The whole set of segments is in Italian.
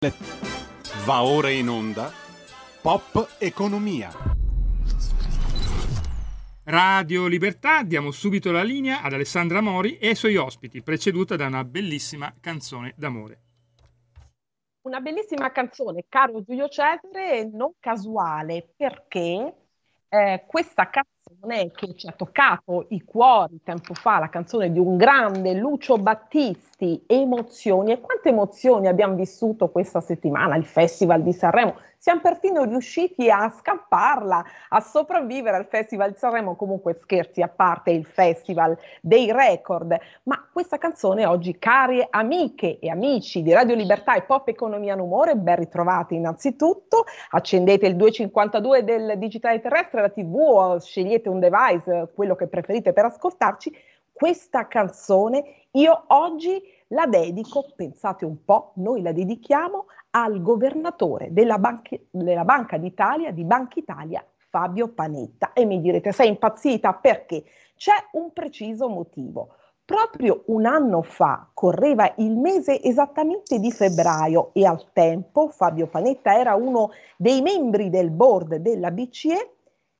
Va ora in onda Pop Economia. Radio Libertà, diamo subito la linea ad Alessandra Mori e ai suoi ospiti, preceduta da una bellissima canzone d'amore. Una bellissima canzone, caro Giulio Cesare, non casuale, perché questa canzone che ci ha toccato i cuori tempo fa, la canzone di un grande Lucio Battisti, Emozioni, e quante emozioni abbiamo vissuto questa settimana, il Festival di Sanremo. Siamo perfino riusciti a scamparla, a sopravvivere al Festival di Sanremo, comunque scherzi a parte, il Festival dei record. Ma questa canzone oggi, cari amiche e amici di Radio Libertà e Pop Economia Numore, ben ritrovati innanzitutto. Accendete il 252 del digitale terrestre, la TV, o scegliete un device, quello che preferite per ascoltarci. Questa canzone io oggi la dedico, pensate un po', noi la dedichiamo al governatore della Banca d'Italia, di Banca Italia, Fabio Panetta. E mi direte, sei impazzita? Perché? C'è un preciso motivo. Proprio un anno fa, correva il mese esattamente di febbraio, e al tempo Fabio Panetta era uno dei membri del board della BCE.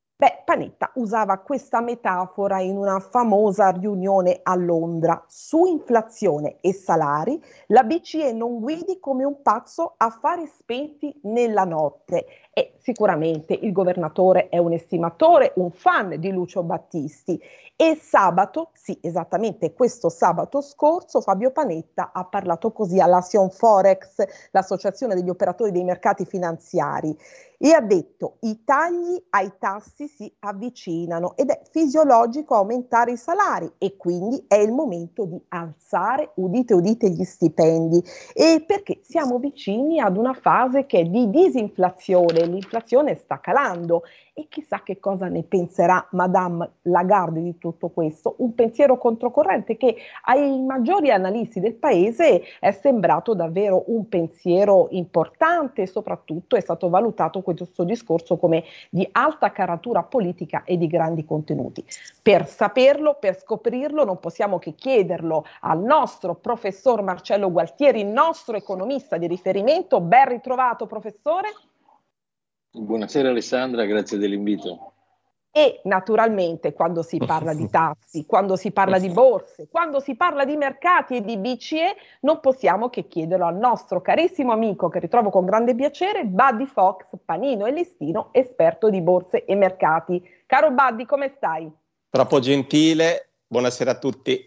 Panetta usava questa metafora in una famosa riunione a Londra. Su inflazione e salari, la BCE non guidi come un pazzo a fari spenti nella notte. E sicuramente il governatore è un estimatore, un fan di Lucio Battisti. E sabato, sì, esattamente questo sabato scorso, Fabio Panetta ha parlato così alla Sion Forex, l'associazione degli operatori dei mercati finanziari, e ha detto: i tagli ai tassi si avvicinano ed è fisiologico aumentare i salari e quindi è il momento di alzare, udite udite, gli stipendi, e perché siamo vicini ad una fase che è di disinflazione, l'inflazione sta calando. E chissà che cosa ne penserà Madame Lagarde di tutto questo, un pensiero controcorrente che ai maggiori analisti del paese è sembrato davvero un pensiero importante, e soprattutto è stato valutato questo discorso come di alta caratura politica e di grandi contenuti. Per saperlo, per scoprirlo, non possiamo che chiederlo al nostro professor Marcello Gualtieri, il nostro economista di riferimento. Ben ritrovato, professore. Buonasera Alessandra, grazie dell'invito. E naturalmente quando si parla di tassi, quando si parla di borse, quando si parla di mercati e di BCE, non possiamo che chiederlo al nostro carissimo amico, che ritrovo con grande piacere, Buddy Fox, panino e listino, esperto di borse e mercati. Caro Buddy, come stai? Troppo gentile, buonasera a tutti.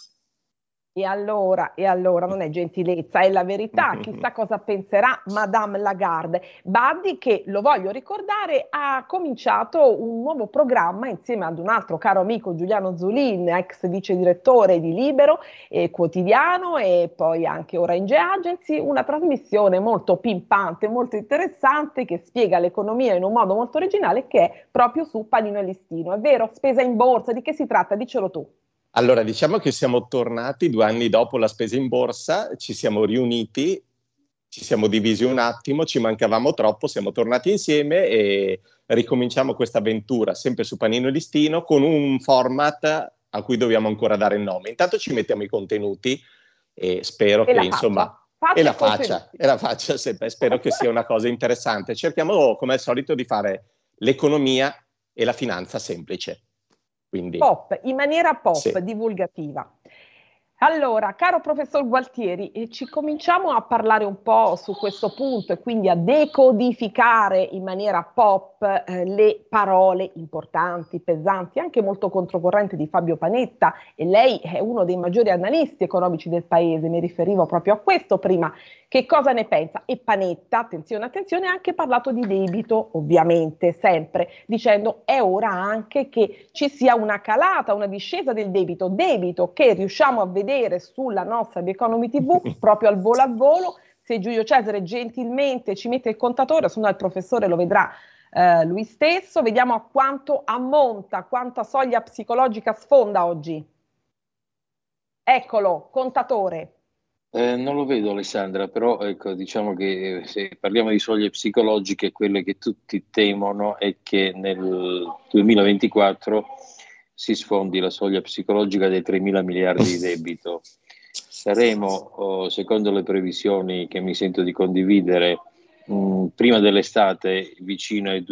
E allora, non è gentilezza, è la verità. Chissà cosa penserà Madame Lagarde. Buddy, che, lo voglio ricordare, ha cominciato un nuovo programma insieme ad un altro caro amico, Giuliano Zulin, ex vice direttore di Libero Quotidiano e poi anche Orange Agency, una trasmissione molto pimpante, molto interessante, che spiega l'economia in un modo molto originale, che è proprio su panino e listino. È vero? Spesa in borsa, di che si tratta? Dicelo tu. Allora, diciamo che siamo tornati 2 anni dopo la spesa in borsa, ci siamo riuniti, ci siamo divisi un attimo, ci mancavamo troppo, siamo tornati insieme e ricominciamo questa avventura sempre su panino e listino con un format a cui dobbiamo ancora dare il nome. Intanto ci mettiamo i contenuti e spero che insomma... E la faccia sempre, spero che sia una cosa interessante. Cerchiamo come al solito di fare l'economia e la finanza semplice. Quindi, pop, in maniera pop, sì. Divulgativa. Allora, caro professor Gualtieri, ci cominciamo a parlare un po' su questo punto e quindi a decodificare in maniera pop le parole importanti, pesanti, anche molto controcorrenti di Fabio Panetta, e lei è uno dei maggiori analisti economici del paese, mi riferivo proprio a questo prima. Che cosa ne pensa? E Panetta, attenzione, ha anche parlato di debito, ovviamente, sempre, dicendo è ora anche che ci sia una calata, una discesa del debito che riusciamo a vedere sulla nostra The Economy TV, proprio al volo. Se Giulio Cesare gentilmente ci mette il contatore, se no il professore lo vedrà lui stesso. Vediamo a quanto ammonta, quanta soglia psicologica sfonda oggi. Eccolo, contatore. Non lo vedo Alessandra, però ecco, diciamo che se parliamo di soglie psicologiche, quelle che tutti temono è che nel 2024 si sfondi la soglia psicologica dei 3.000 miliardi di debito. saremo, secondo le previsioni che mi sento di condividere, prima dell'estate vicino ai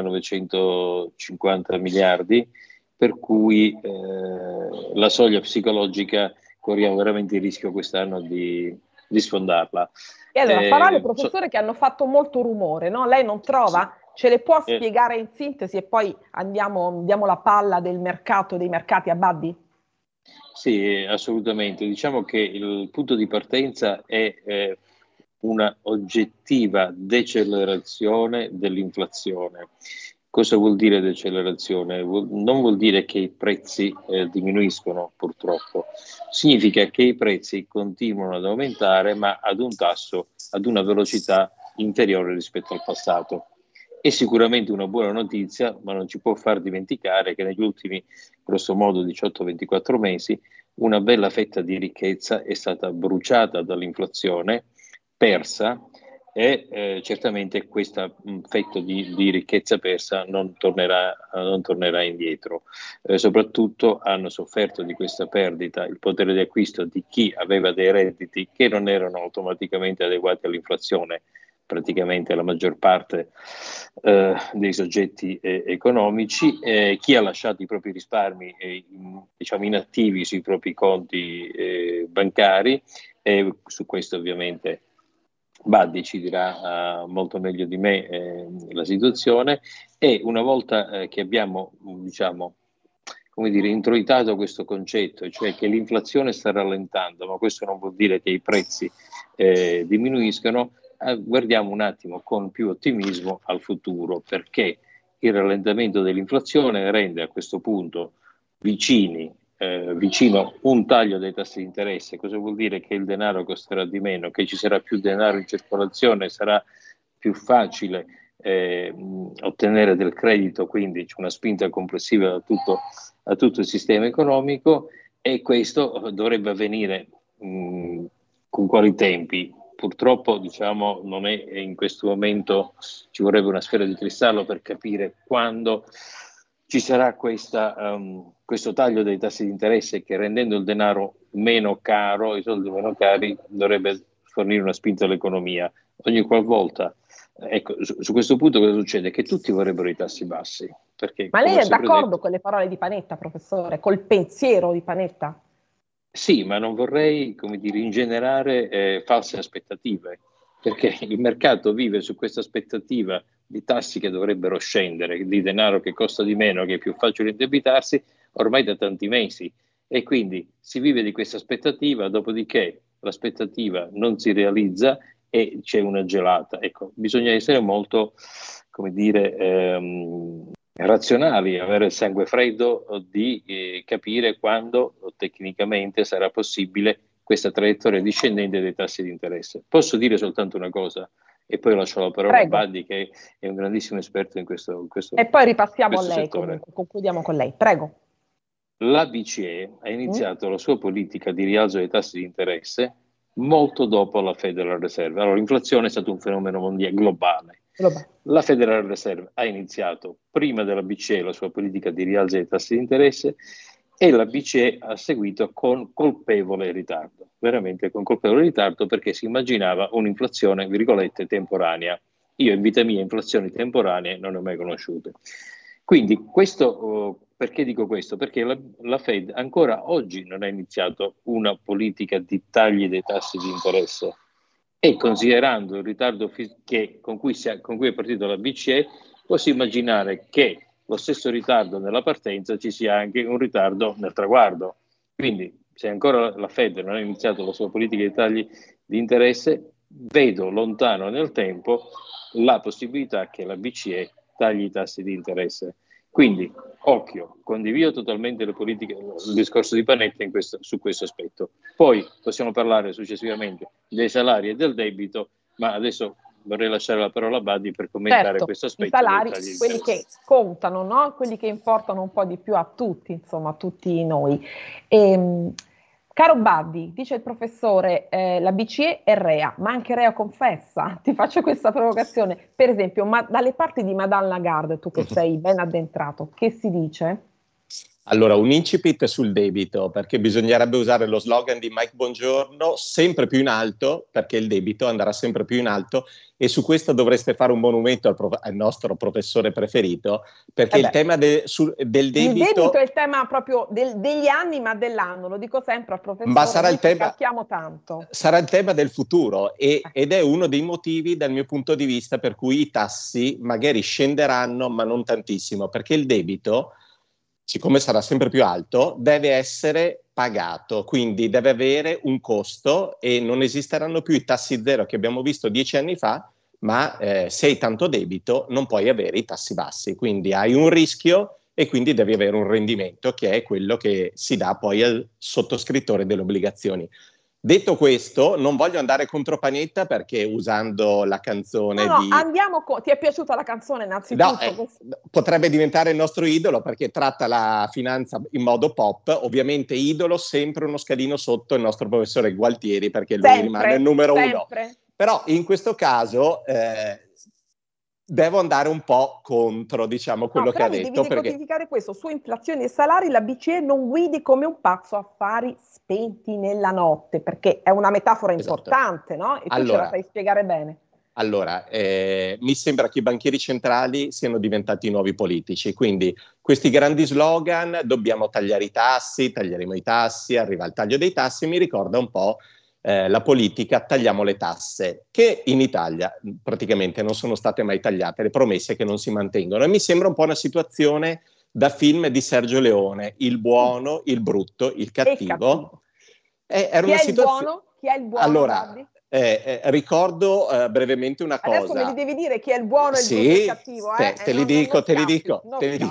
2.950 miliardi, per cui la soglia psicologica corriamo veramente il rischio quest'anno di sfondarla. E allora, parole, professore, che hanno fatto molto rumore, no? Lei non trova? Ce le può spiegare in sintesi e poi diamo la palla dei mercati a Buddy? Sì, assolutamente. Diciamo che il punto di partenza è una oggettiva decelerazione dell'inflazione. Cosa vuol dire decelerazione? Non vuol dire che i prezzi diminuiscono, purtroppo. Significa che i prezzi continuano ad aumentare, ma ad un tasso, ad una velocità inferiore rispetto al passato. È sicuramente una buona notizia, ma non ci può far dimenticare che negli ultimi, grosso modo, 18-24 mesi, una bella fetta di ricchezza è stata bruciata dall'inflazione, persa, e certamente questa fetta di ricchezza persa non tornerà indietro. Soprattutto hanno sofferto di questa perdita il potere di acquisto di chi aveva dei redditi che non erano automaticamente adeguati all'inflazione, praticamente la maggior parte dei soggetti economici, chi ha lasciato i propri risparmi diciamo inattivi sui propri conti bancari, e su questo ovviamente Buddy ci dirà molto meglio di me la situazione. E una volta che abbiamo, diciamo, come dire, introitato questo concetto, cioè che l'inflazione sta rallentando, ma questo non vuol dire che i prezzi diminuiscano, guardiamo un attimo con più ottimismo al futuro, perché il rallentamento dell'inflazione rende a questo punto vicino un taglio dei tassi di interesse. Cosa vuol dire? Che il denaro costerà di meno, che ci sarà più denaro in circolazione, sarà più facile ottenere del credito, quindi c'è una spinta complessiva a tutto il sistema economico, e questo dovrebbe avvenire con quali tempi? Purtroppo, diciamo, non è in questo momento, ci vorrebbe una sfera di cristallo per capire quando ci sarà questo taglio dei tassi di interesse che, rendendo il denaro meno caro, i soldi meno cari, dovrebbe fornire una spinta all'economia. Ogni qualvolta, ecco, su questo punto cosa succede? Che tutti vorrebbero i tassi bassi. Perché, ma lei è d'accordo con le parole di Panetta, professore? Col pensiero di Panetta? Sì, ma non vorrei, come dire, ingenerare false aspettative, perché il mercato vive su questa aspettativa di tassi che dovrebbero scendere, di denaro che costa di meno, che è più facile indebitarsi, ormai da tanti mesi. E quindi si vive di questa aspettativa, dopodiché l'aspettativa non si realizza e c'è una gelata. Ecco, bisogna essere molto, come dire, razionali, avere il sangue freddo di capire quando tecnicamente sarà possibile questa traiettoria discendente dei tassi di interesse. Posso dire soltanto una cosa e poi lascio la parola a Buddy, che è un grandissimo esperto in questo e poi ripassiamo a lei settore. Comunque, concludiamo con lei, prego. La BCE ha iniziato la sua politica di rialzo dei tassi di interesse molto dopo la Federal Reserve. Allora, l'inflazione è stato un fenomeno mondiale, globale. La Federal Reserve ha iniziato prima della BCE la sua politica di rialzo dei tassi di interesse, e la BCE ha seguito con colpevole ritardo, veramente con colpevole ritardo, perché si immaginava un'inflazione, virgolette, temporanea. Io in vita mia inflazioni temporanee non ne ho mai conosciute. Quindi questo, perché dico questo? Perché la Fed ancora oggi non ha iniziato una politica di tagli dei tassi di interesse, e considerando il ritardo con cui è partita la BCE, posso immaginare che lo stesso ritardo nella partenza ci sia anche un ritardo nel traguardo. Quindi, se ancora la Fed non ha iniziato la sua politica di tagli di interesse, vedo lontano nel tempo la possibilità che la BCE tagli i tassi di interesse. Quindi, occhio, condivido totalmente le politiche, il discorso di Panetta su questo aspetto. Poi possiamo parlare successivamente dei salari e del debito, ma adesso vorrei lasciare la parola a Buddy per commentare questo aspetto. I salari, quelli che contano, no? Quelli che importano un po' di più a tutti, insomma, a tutti noi. Caro Buddy, dice il professore, la BCE è rea, ma anche rea confessa. Ti faccio questa provocazione. Per esempio, dalle parti di Madame Lagarde, tu che sei ben addentrato, che si dice? Allora, un incipit sul debito, perché bisognerebbe usare lo slogan di Mike Bongiorno, sempre più in alto, perché il debito andrà sempre più in alto, e su questo dovreste fare un monumento al nostro professore preferito, perché il tema del debito... Il debito è il tema proprio degli anni, ma dell'anno, lo dico sempre al professore, ma sarà noi il tema, caschiamo tanto. sarà il tema del futuro ed è uno dei motivi dal mio punto di vista per cui i tassi magari scenderanno, ma non tantissimo, perché il debito, siccome sarà sempre più alto, deve essere pagato, quindi deve avere un costo e non esisteranno più i tassi zero che abbiamo visto 10 anni fa, ma se hai tanto debito non puoi avere i tassi bassi, quindi hai un rischio e quindi devi avere un rendimento che è quello che si dà poi al sottoscrittore delle obbligazioni. Detto questo, non voglio andare contro Panetta perché usando la canzone di... andiamo ti è piaciuta la canzone innanzitutto? No, potrebbe diventare il nostro idolo perché tratta la finanza in modo pop, ovviamente idolo sempre uno scalino sotto il nostro professore Gualtieri perché lui rimane il numero uno. Però in questo caso devo andare un po' contro, diciamo, quello che ha detto. Devi codificare questo, su inflazione e salari la BCE non guidi come un pazzo affari spenti nella notte, perché è una metafora importante, no? E tu ce la sai spiegare bene. Allora, mi sembra che i banchieri centrali siano diventati i nuovi politici, quindi questi grandi slogan, dobbiamo tagliare i tassi, taglieremo i tassi, arriva il taglio dei tassi, mi ricorda un po' la politica tagliamo le tasse, che in Italia praticamente non sono state mai tagliate, le promesse che non si mantengono. E mi sembra un po' una situazione da film di Sergio Leone, il buono, il brutto, il cattivo. Era una situazione... Chi è il buono? Allora, ricordo brevemente una cosa. Adesso me li devi dire chi è il buono e il brutto e il cattivo. Te li dico.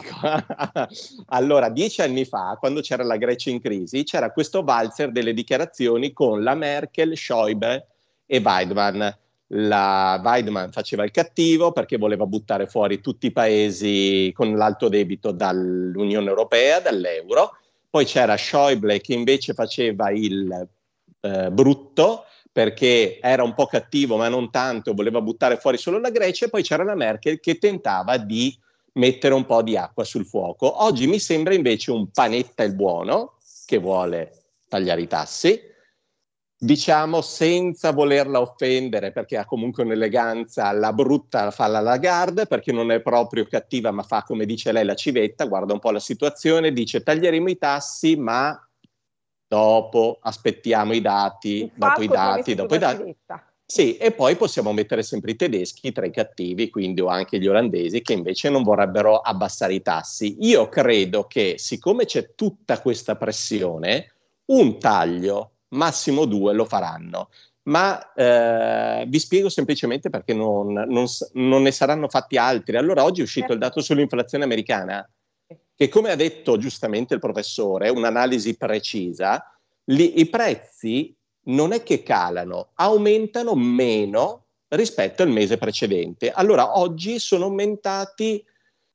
Allora, 10 anni fa, quando c'era la Grecia in crisi, c'era questo valzer delle dichiarazioni con la Merkel, Schäuble e Weidmann. La Weidmann faceva il cattivo perché voleva buttare fuori tutti i paesi con l'alto debito dall'Unione Europea, dall'euro. Poi c'era Schäuble che invece faceva il brutto, perché era un po' cattivo ma non tanto, voleva buttare fuori solo la Grecia, e poi c'era la Merkel che tentava di mettere un po' di acqua sul fuoco. Oggi mi sembra invece un Panetta il buono, che vuole tagliare i tassi, diciamo senza volerla offendere, perché ha comunque un'eleganza, la brutta fa la Lagarde, perché non è proprio cattiva ma fa come dice lei la civetta, guarda un po' la situazione, dice taglieremo i tassi ma... dopo aspettiamo i dati, dopo i dati. Sì, e poi possiamo mettere sempre i tedeschi tra i cattivi, quindi o anche gli olandesi che invece non vorrebbero abbassare i tassi. Io credo che siccome c'è tutta questa pressione, un taglio, massimo 2 lo faranno. Ma vi spiego semplicemente perché non ne saranno fatti altri. Allora oggi è uscito il dato sull'inflazione americana, che come ha detto giustamente il professore, un'analisi precisa, i prezzi non è che calano, aumentano meno rispetto al mese precedente. Allora oggi sono aumentati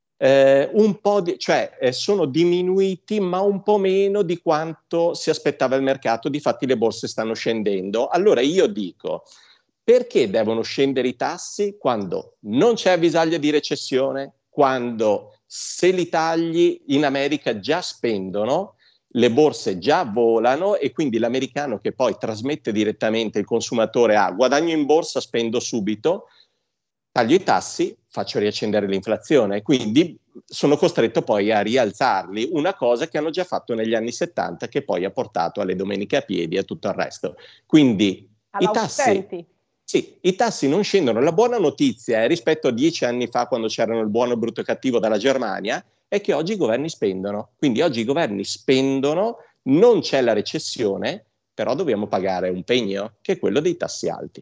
un po', sono diminuiti ma un po' meno di quanto si aspettava il mercato, difatti le borse stanno scendendo. Allora io dico, perché devono scendere i tassi quando non c'è avvisaglia di recessione, quando se li tagli in America già spendono, le borse già volano e quindi l'americano che poi trasmette direttamente il consumatore a guadagno in borsa, spendo subito, taglio i tassi, faccio riaccendere l'inflazione, quindi sono costretto poi a rialzarli, una cosa che hanno già fatto negli anni 70 che poi ha portato alle domeniche a piedi e a tutto il resto. Quindi i tassi... Sì, i tassi non scendono. La buona notizia è rispetto a 10 anni fa, quando c'erano il buono, il brutto e cattivo dalla Germania, è che oggi i governi spendono. Quindi oggi i governi spendono, non c'è la recessione, però dobbiamo pagare un pegno, che è quello dei tassi alti.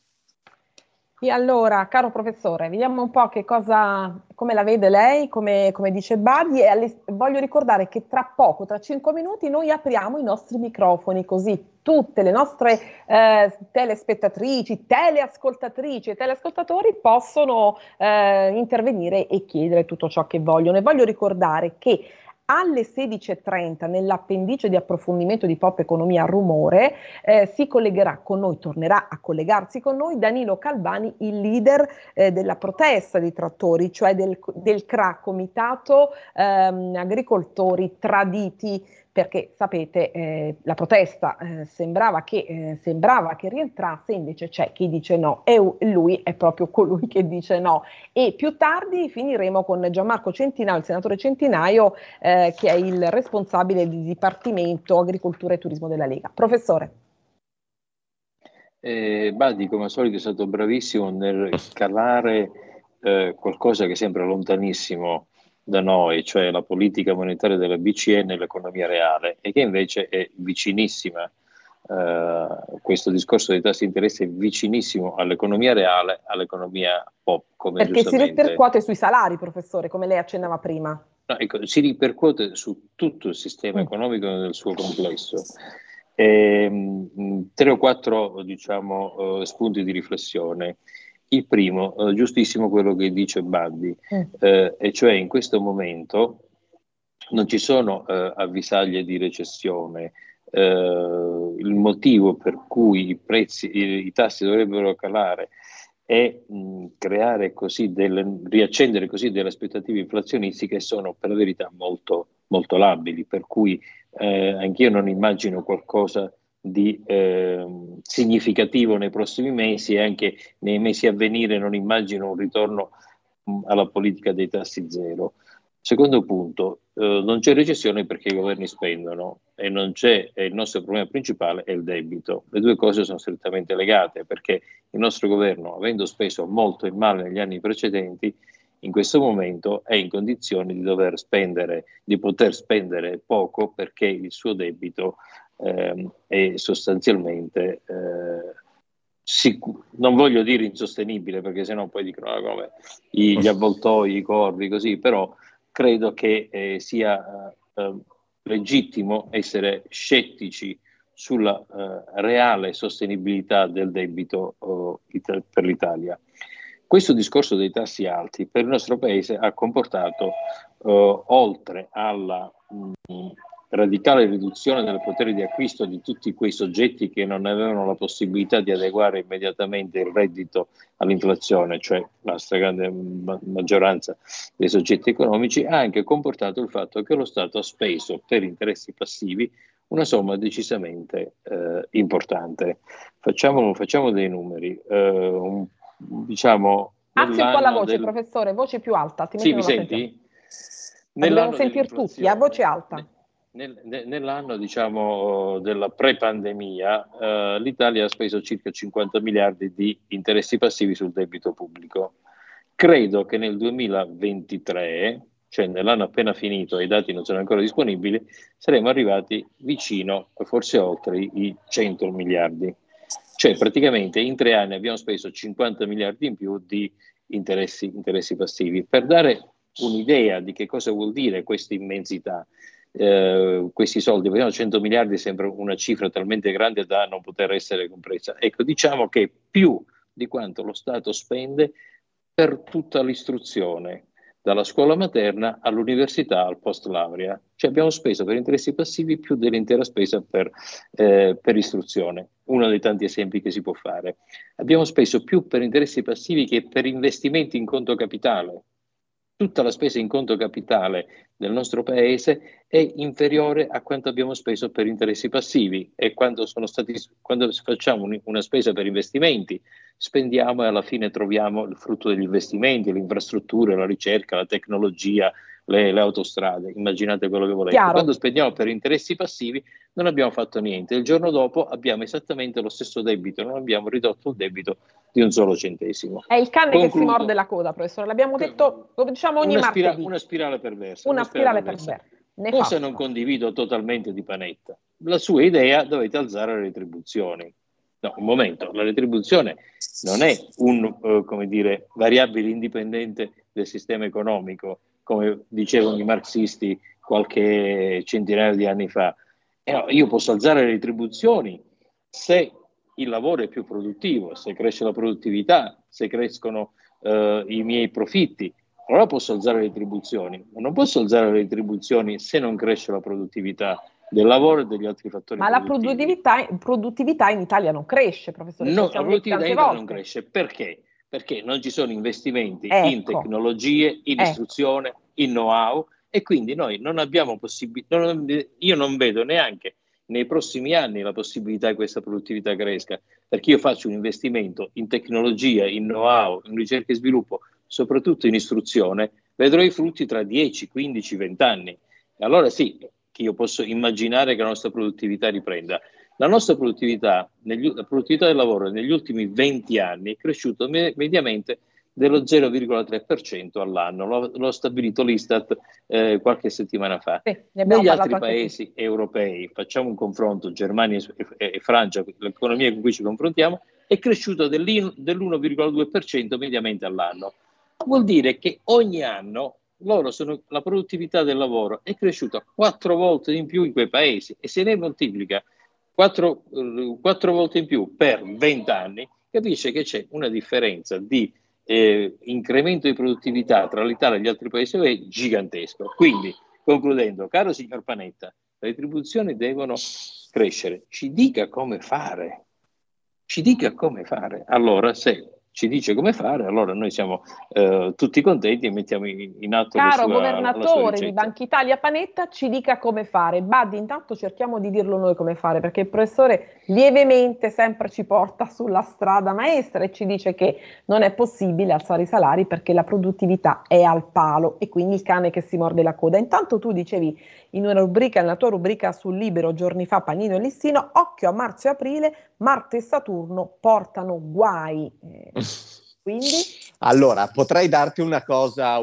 E allora, caro professore, vediamo un po' come la vede lei, come dice Badi, e voglio ricordare che tra poco, tra 5 minuti, noi apriamo i nostri microfoni, così tutte le nostre telespettatrici, teleascoltatrici e teleascoltatori possono intervenire e chiedere tutto ciò che vogliono. E voglio ricordare che alle 16:30 nell'appendice di approfondimento di Pop Economia a Rumore si collegherà con noi, tornerà a collegarsi con noi Danilo Calvani, il leader della protesta dei trattori, cioè del CRA, Comitato Agricoltori Traditi, perché sapete la protesta sembrava che rientrasse, invece c'è chi dice no e lui è proprio colui che dice no. E più tardi finiremo con Gianmarco Centinaio, il senatore Centinaio, che è il responsabile del Dipartimento Agricoltura e Turismo della Lega. Professore. Badi, come al solito, è stato bravissimo nel calare qualcosa che sembra lontanissimo da noi, cioè la politica monetaria della BCE nell'economia reale, e che invece è vicinissima. Questo discorso dei tassi di interesse è vicinissimo all'economia reale, all'economia pop, come perché giustamente... si ripercuote sui salari, professore, come lei accennava prima. No, ecco, si ripercuote su tutto il sistema economico nel suo complesso. 3 o 4 spunti di riflessione. Il primo, giustissimo quello che dice Buddy, e cioè in questo momento non ci sono avvisaglie di recessione. Il motivo per cui i tassi dovrebbero calare e creare così riaccendere così delle aspettative inflazionistiche sono per la verità molto, molto labili, per cui anch'io non immagino qualcosa di significativo nei prossimi mesi, e anche nei mesi a venire non immagino un ritorno alla politica dei tassi zero. Secondo punto, non c'è recessione perché i governi spendono, e non c'è, e il nostro problema principale è il debito. Le due cose sono strettamente legate, perché il nostro governo, avendo speso molto e male negli anni precedenti, in questo momento è in condizioni di poter spendere poco, perché il suo debito è sostanzialmente non voglio dire insostenibile, perché sennò poi dicono come gli avvoltoi, i corvi, così, però credo che sia legittimo essere scettici sulla reale sostenibilità del debito per l'Italia. Questo discorso dei tassi alti per il nostro Paese ha comportato, oltre alla radicale riduzione del potere di acquisto di tutti quei soggetti che non avevano la possibilità di adeguare immediatamente il reddito all'inflazione, cioè la stragrande maggioranza dei soggetti economici, ha anche comportato il fatto che lo Stato ha speso per interessi passivi una somma decisamente importante. Facciamo dei numeri. Alzi un po' la voce, professore, voce più alta, altrimenti sì, mi senti? La dobbiamo sentire tutti, a voce alta. Nell'anno della pre-pandemia l'Italia ha speso circa 50 miliardi di interessi passivi sul debito pubblico. Credo che nel 2023, cioè nell'anno appena finito, i dati non sono ancora disponibili, saremo arrivati vicino, forse oltre i 100 miliardi. Cioè praticamente in 3 anni abbiamo speso 50 miliardi in più di interessi passivi. Per dare un'idea di che cosa vuol dire questa immensità, questi soldi, vediamo, 100 miliardi sembra una cifra talmente grande da non poter essere compresa. Ecco, diciamo che più di quanto lo Stato spende per tutta l'istruzione, dalla scuola materna all'università, al post laurea. Cioè abbiamo speso per interessi passivi più dell'intera spesa per istruzione. Uno dei tanti esempi che si può fare. Abbiamo speso più per interessi passivi che per investimenti in conto capitale. Tutta la spesa in conto capitale del nostro paese è inferiore a quanto abbiamo speso per interessi passivi, e quando facciamo una spesa per investimenti spendiamo e alla fine troviamo il frutto degli investimenti, le infrastrutture, la ricerca, la tecnologia, le autostrade. Immaginate quello che volete. Chiaro. Quando spendiamo per interessi passivi non abbiamo fatto niente. Il giorno dopo abbiamo esattamente lo stesso debito, non abbiamo ridotto il debito di un solo centesimo. È il cane che si morde la coda, professore. L'abbiamo detto, lo diciamo ogni martedì. Una spirale perversa. Una spirale perversa. Cosa non condivido totalmente di Panetta? La sua idea: dovete alzare le retribuzioni. No, un momento, la retribuzione non è variabile indipendente del sistema economico, come dicevano i marxisti qualche centinaio di anni fa. No, io posso alzare le retribuzioni se il lavoro è più produttivo, se cresce la produttività, se crescono i miei profitti. allora posso alzare le retribuzioni, ma non posso alzare le retribuzioni se non cresce la produttività del lavoro e degli altri fattori Ma la produttivi. produttività in Italia non cresce, professore. No, la Siamo produttività in tante Italia volte. non cresce. Perché? Perché non ci sono investimenti in Ecco, tecnologie, in istruzione, in know-how, e quindi noi non abbiamo possibilità, io non vedo neanche nei prossimi anni la possibilità che questa produttività cresca, perché io faccio un investimento in tecnologia, in know-how, in ricerca e sviluppo, soprattutto in istruzione, vedrò i frutti tra 10, 15, 20 anni. E allora sì, che io posso immaginare che la nostra produttività riprenda. La nostra produttività, la produttività del lavoro negli ultimi 20 anni è cresciuta mediamente dello 0,3% all'anno, l'ho stabilito l'Istat qualche settimana fa. sì, ne abbiamo Negli parlato altri anche paesi europei, facciamo un confronto, Germania e Francia, l'economia con cui ci confrontiamo, è cresciuta dell'1,2% mediamente all'anno. Vuol dire che ogni anno la produttività del lavoro è cresciuta 4 volte in più in quei paesi, e se ne moltiplica 4 volte in più per 20 anni, capisce che c'è una differenza di incremento di produttività tra l'Italia e gli altri paesi europei gigantesco. Quindi, concludendo, caro signor Panetta, le retribuzioni devono crescere. Ci dica come fare. Ci dica come fare. Allora, se ci dice come fare, allora noi siamo tutti contenti e mettiamo in atto Caro la sua governatore di ricetta. Banca Italia Panetta, ci dica come fare. Baddi, intanto cerchiamo di dirlo noi come fare, perché il professore lievemente sempre ci porta sulla strada maestra e ci dice che non è possibile alzare i salari perché la produttività è al palo e quindi il cane che si morde la coda. Intanto tu dicevi nella tua rubrica sul Libero giorni fa, Pannino e Listino, occhio a marzo e aprile, Marte e Saturno portano guai. Quindi? Allora, potrei darti una cosa,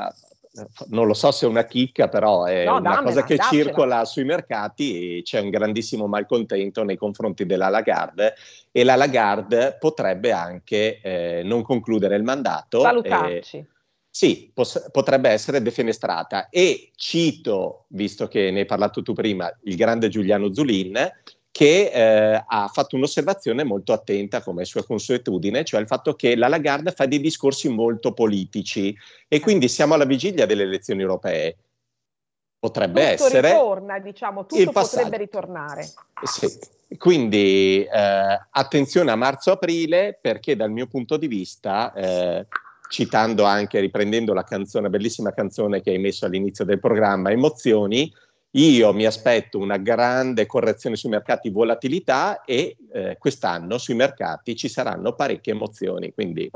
non lo so se è una chicca, però è una cosa che circola sui mercati, e c'è un grandissimo malcontento nei confronti della Lagarde, e la Lagarde potrebbe anche non concludere il mandato. Salutarci. Sì, potrebbe essere defenestrata, e cito, visto che ne hai parlato tu prima, il grande Giuliano Zulin, che ha fatto un'osservazione molto attenta, come è sua consuetudine, cioè il fatto che la Lagarde fa dei discorsi molto politici, e quindi siamo alla vigilia delle elezioni europee. Potrebbe essere... ritorna, diciamo, tutto potrebbe ritornare. Sì. Quindi attenzione a marzo-aprile, perché dal mio punto di vista... citando anche, riprendendo la bellissima canzone che hai messo all'inizio del programma, Emozioni, io mi aspetto una grande correzione sui mercati, volatilità, e quest'anno sui mercati ci saranno parecchie emozioni, quindi...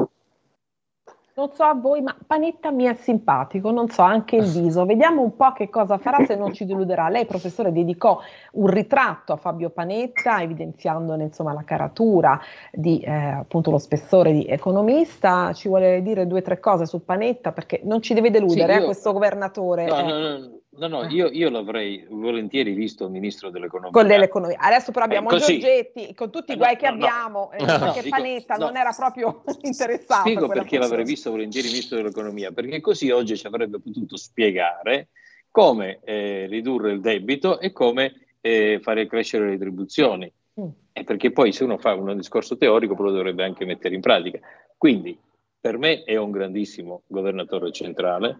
Non so a voi, ma Panetta mi è simpatico, non so, anche il viso. Vediamo un po' che cosa farà, se non ci deluderà. Lei, professore, dedicò un ritratto a Fabio Panetta, evidenziandone insomma la caratura di appunto lo spessore di economista. Ci vuole dire 2 o 3 cose su Panetta, perché non ci deve deludere questo governatore. No, io l'avrei volentieri visto ministro dell'economia. Con dell'economia. Adesso però abbiamo Giorgetti, con tutti i guai che abbiamo, perché dico, Panetta non era proprio interessato. Spiego perché l'avrei visto volentieri ministro dell'economia, perché così oggi ci avrebbe potuto spiegare come ridurre il debito e come fare crescere le retribuzioni. E perché poi se uno fa un discorso teorico lo dovrebbe anche mettere in pratica. Quindi per me è un grandissimo governatore centrale.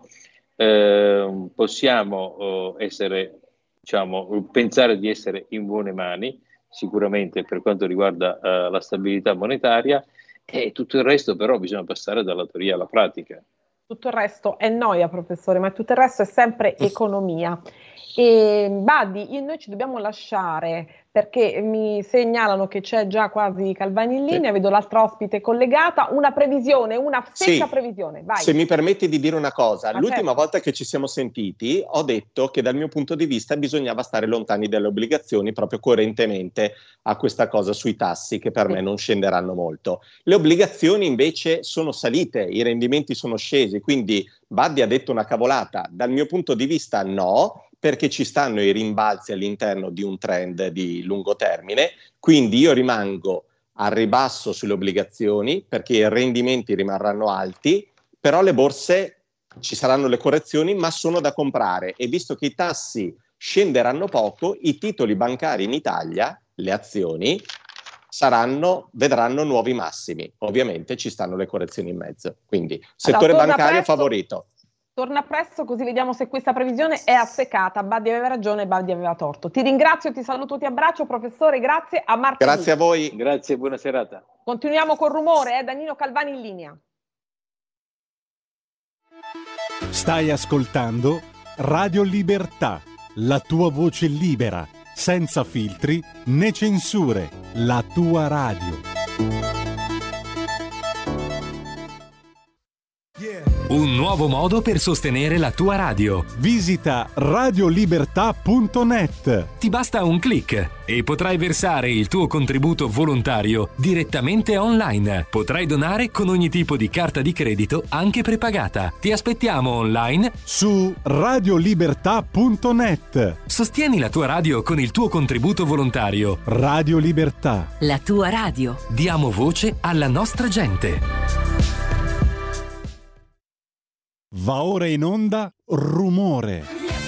Possiamo pensare di essere in buone mani, sicuramente per quanto riguarda la stabilità monetaria, e tutto il resto però bisogna passare dalla teoria alla pratica. Tutto il resto è noia, professore, ma tutto il resto è sempre economia. E Baddi, noi ci dobbiamo lasciare perché mi segnalano che c'è già quasi Calvani in linea, vedo l'altra ospite collegata, una previsione, una secca previsione. Vai. Se mi permetti di dire una cosa, l'ultima volta che ci siamo sentiti ho detto che dal mio punto di vista bisognava stare lontani dalle obbligazioni, proprio coerentemente a questa cosa sui tassi, che per me non scenderanno molto. Le obbligazioni invece sono salite, i rendimenti sono scesi, quindi Baddi ha detto una cavolata, dal mio punto di vista no, perché ci stanno i rimbalzi all'interno di un trend di lungo termine, quindi io rimango al ribasso sulle obbligazioni perché i rendimenti rimarranno alti, però le borse ci saranno le correzioni, ma sono da comprare, e visto che i tassi scenderanno poco, i titoli bancari in Italia, le azioni, vedranno nuovi massimi. Ovviamente ci stanno le correzioni in mezzo, quindi settore bancario favorito. Torna presto così vediamo se questa previsione è azzeccata. Baddi aveva ragione, Baddi aveva torto. Ti ringrazio, ti saluto, ti abbraccio, professore, grazie, a martedì. Grazie a voi. Grazie, buona serata. Continuiamo col rumore, Danilo Calvani in linea. Stai ascoltando Radio Libertà, la tua voce libera, senza filtri né censure, la tua radio. Un nuovo modo per sostenere la tua radio. Visita radiolibertà.net. Ti basta un click e potrai versare il tuo contributo volontario direttamente online. Potrai donare con ogni tipo di carta di credito, anche prepagata. Ti aspettiamo online Su radiolibertà.net. Sostieni la tua radio con il tuo contributo volontario. Radio Libertà. La tua radio. Diamo voce alla nostra gente. Va ora in onda Rumore.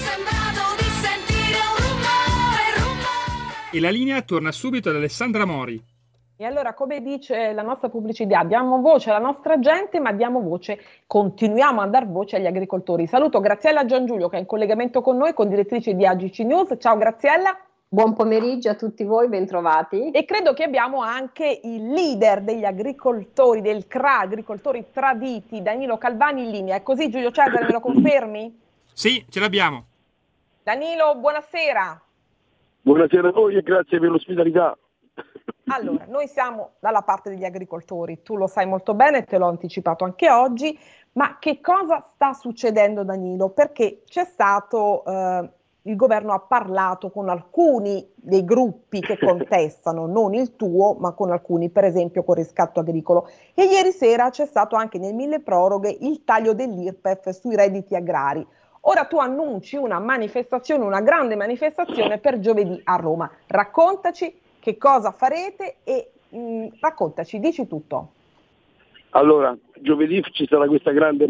E la linea torna subito ad Alessandra Mori. E allora, come dice la nostra pubblicità, diamo voce alla nostra gente, ma continuiamo a dar voce agli agricoltori. Saluto Graziella Giangiulio che è in collegamento con noi, con direttrice di AGC News. Ciao Graziella. Buon pomeriggio a tutti voi, bentrovati. E credo che abbiamo anche il leader degli agricoltori, del CRA, agricoltori traditi, Danilo Calvani in linea. È così, Giulio Cesare, me lo confermi? Sì, ce l'abbiamo. Danilo, buonasera. Buonasera a voi e grazie per l'ospitalità. Allora, noi siamo dalla parte degli agricoltori, tu lo sai molto bene, te l'ho anticipato anche oggi, ma che cosa sta succedendo, Danilo? Perché c'è stato... il governo ha parlato con alcuni dei gruppi che contestano, non il tuo, ma con alcuni, per esempio con Riscatto Agricolo. E ieri sera c'è stato anche nel milleproroghe il taglio dell'IRPEF sui redditi agrari. Ora tu annunci una manifestazione, una grande manifestazione per giovedì a Roma. Raccontaci che cosa farete e raccontaci, dici tutto. Allora, giovedì ci sarà questa grande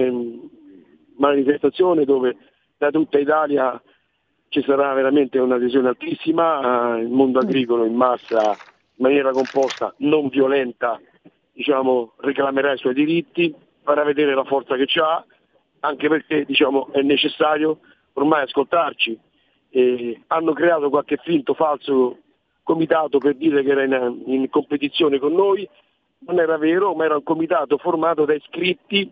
manifestazione dove da tutta Italia ci sarà veramente un'adesione altissima, il mondo agricolo in massa, in maniera composta, non violenta, diciamo, reclamerà i suoi diritti, farà vedere la forza che ha, anche perché diciamo, è necessario ormai ascoltarci. Hanno creato qualche finto falso comitato per dire che era in competizione con noi, non era vero, ma era un comitato formato da iscritti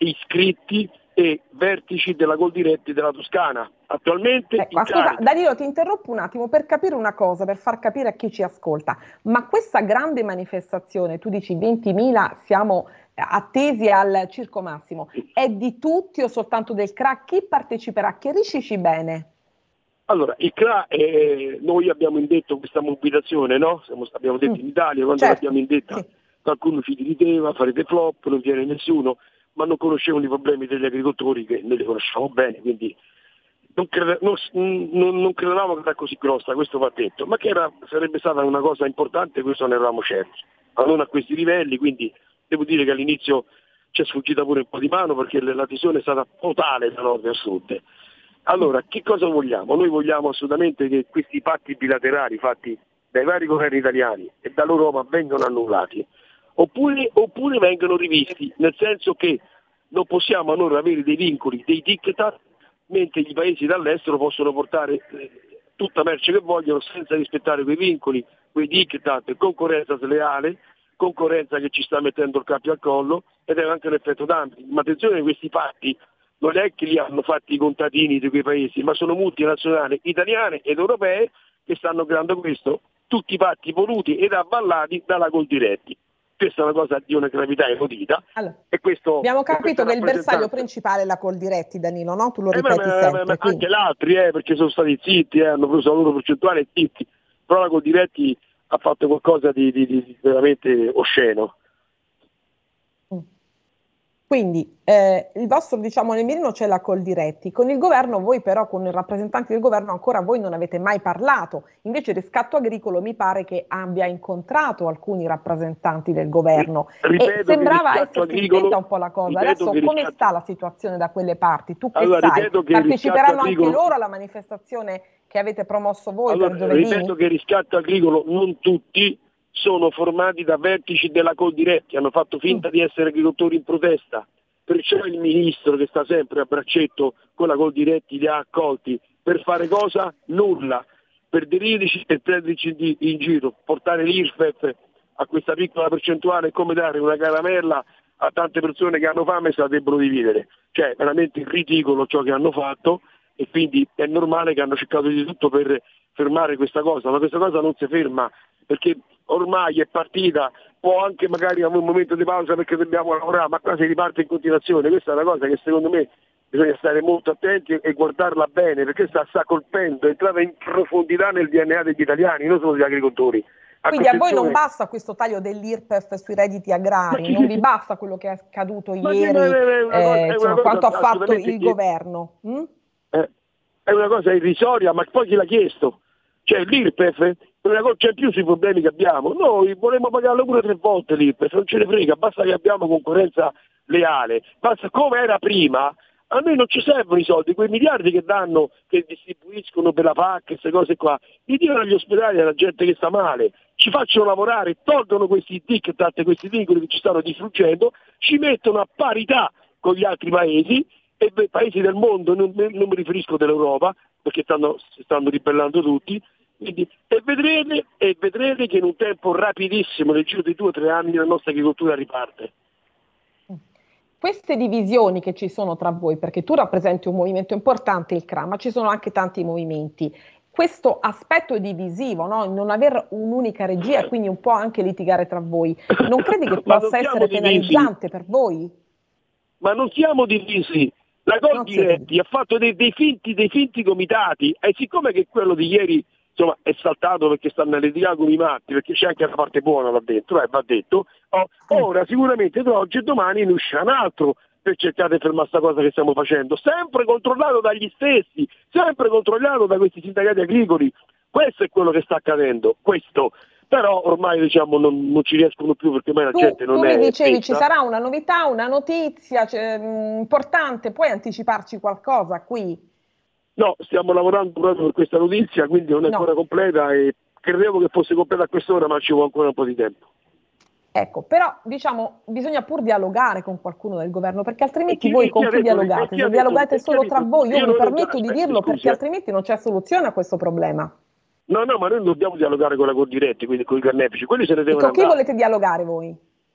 e vertici della Coldiretti della Toscana. Attualmente ecco, scusa, Danilo, ti interrompo un attimo per capire una cosa, per far capire a chi ci ascolta. Ma questa grande manifestazione, tu dici 20.000, siamo attesi al Circo Massimo, è di tutti o soltanto del CRA? Chi parteciperà? Chiariscici bene. Allora, il CRA, noi abbiamo indetto questa mobilitazione, no? Abbiamo detto in Italia, quando certo. l'abbiamo indetta, sì. Qualcuno ci dirideva, farete flop, non viene nessuno, ma non conoscevano i problemi degli agricoltori, che noi li conosciamo bene, quindi non credevamo che era così grossa, questo va detto, ma che sarebbe stata una cosa importante, questo ne eravamo certi, ma non a questi livelli, quindi devo dire che all'inizio ci è sfuggita pure un po' di mano perché l'adesione è stata totale da nord a sud. Allora, che cosa vogliamo? Noi vogliamo assolutamente che questi patti bilaterali fatti dai vari governi italiani e dall'Europa vengano annullati, oppure vengano rivisti, nel senso che non possiamo allora avere dei vincoli, dei diktat, mentre i paesi dall'estero possono portare tutta merce che vogliono senza rispettare quei vincoli, quei diktat, concorrenza sleale, concorrenza che ci sta mettendo il cappio al collo ed è anche un effetto dumping. Ma attenzione, questi patti non è che li hanno fatti i contadini di quei paesi, ma sono multinazionali italiane ed europee che stanno creando questo, tutti i patti voluti ed avvallati dalla Coldiretti. Questa è una cosa di una gravità inaudita. Allora, e questo, abbiamo capito che il bersaglio principale è la Coldiretti, Danilo, no? Tu lo ripeti sempre. Ma anche altri, perché sono stati zitti, hanno preso la loro percentuale zitti, però la Coldiretti ha fatto qualcosa di veramente osceno. Quindi il vostro, diciamo, nel mirino c'è la Coldiretti, con il governo voi però, con i rappresentanti del governo ancora voi non avete mai parlato, invece Riscatto Agricolo mi pare che abbia incontrato alcuni rappresentanti del governo e sembrava essere intenta un po' la cosa. Adesso come sta la situazione da quelle parti? Tu che sai? Parteciperanno anche loro alla manifestazione che avete promosso voi per giovedì? Ripeto che Riscatto Agricolo non tutti sono formati da vertici della Coldiretti, hanno fatto finta di essere agricoltori in protesta perciò il ministro che sta sempre a braccetto con la Coldiretti li ha accolti per fare cosa? Nulla, per deriderci e prenderci in giro, portare l'IRPEF a questa piccola percentuale è come dare una caramella a tante persone che hanno fame e se la debbono dividere. Cioè è veramente ridicolo ciò che hanno fatto, e quindi è normale che hanno cercato di tutto per fermare questa cosa, ma questa cosa non si ferma, perché ormai è partita, può anche magari avere un momento di pausa perché dobbiamo lavorare, ma qua si riparte in continuazione. Questa è una cosa che secondo me bisogna stare molto attenti e guardarla bene, perché sta colpendo, è entrata in profondità nel DNA degli italiani, non solo degli agricoltori. Quindi a voi non basta questo taglio dell'IRPEF sui redditi agrari, non vi basta quello che è accaduto ieri, quanto ha fatto il governo? È una cosa irrisoria, ma poi chi l'ha chiesto? Cioè l'IRPEF è una cosa, c'è più sui problemi che abbiamo. Noi vorremmo pagarlo pure 3 volte l'IRPEF, non ce ne frega, basta che abbiamo concorrenza leale, basta come era prima. A noi non ci servono i soldi, quei miliardi che danno, che distribuiscono per la PAC, queste cose qua, li dicono agli ospedali alla gente che sta male, ci facciano lavorare, tolgono questi diktat, questi vincoli che ci stanno distruggendo, ci mettono a parità con gli altri paesi, e paesi del mondo, non mi riferisco dell'Europa, perché si stanno ribellando tutti, quindi, e vedrete che in un tempo rapidissimo, nel giro di 2 o 3 anni, la nostra agricoltura riparte. Queste divisioni che ci sono tra voi, perché tu rappresenti un movimento importante, il CRA, ma ci sono anche tanti movimenti, questo aspetto divisivo, no? Non avere un'unica regia e quindi un po' anche litigare tra voi, non credi che possa essere penalizzante per voi? Ma non siamo divisi. La Coldiretti ha fatto dei finti comitati, e siccome che quello di ieri insomma è saltato perché stanno a litigare con i matti, perché c'è anche la parte buona là dentro, va detto, ora sicuramente tra oggi e domani ne uscirà un altro per cercare di fermare questa cosa che stiamo facendo, sempre controllato dagli stessi, sempre controllato da questi sindacati agricoli. Questo è quello che sta accadendo, questo. Però ormai diciamo non ci riescono più, perché ormai la gente non è... Tu mi dicevi stessa. Ci sarà una novità, una notizia importante, puoi anticiparci qualcosa qui? No, stiamo lavorando proprio per questa notizia, quindi non è ancora completa e credevo che fosse completa a quest'ora, ma ci vuole ancora un po' di tempo. Ecco, però diciamo bisogna pur dialogare con qualcuno del governo, perché altrimenti voi con chi dialogate? Se dialogate solo tra voi, io mi permetto di dirlo perché altrimenti non c'è soluzione a questo problema. No, ma noi non dobbiamo dialogare con la Coldiretti, quindi con i carnefici, quelli se ne devono andare. Con chi volete dialogare voi?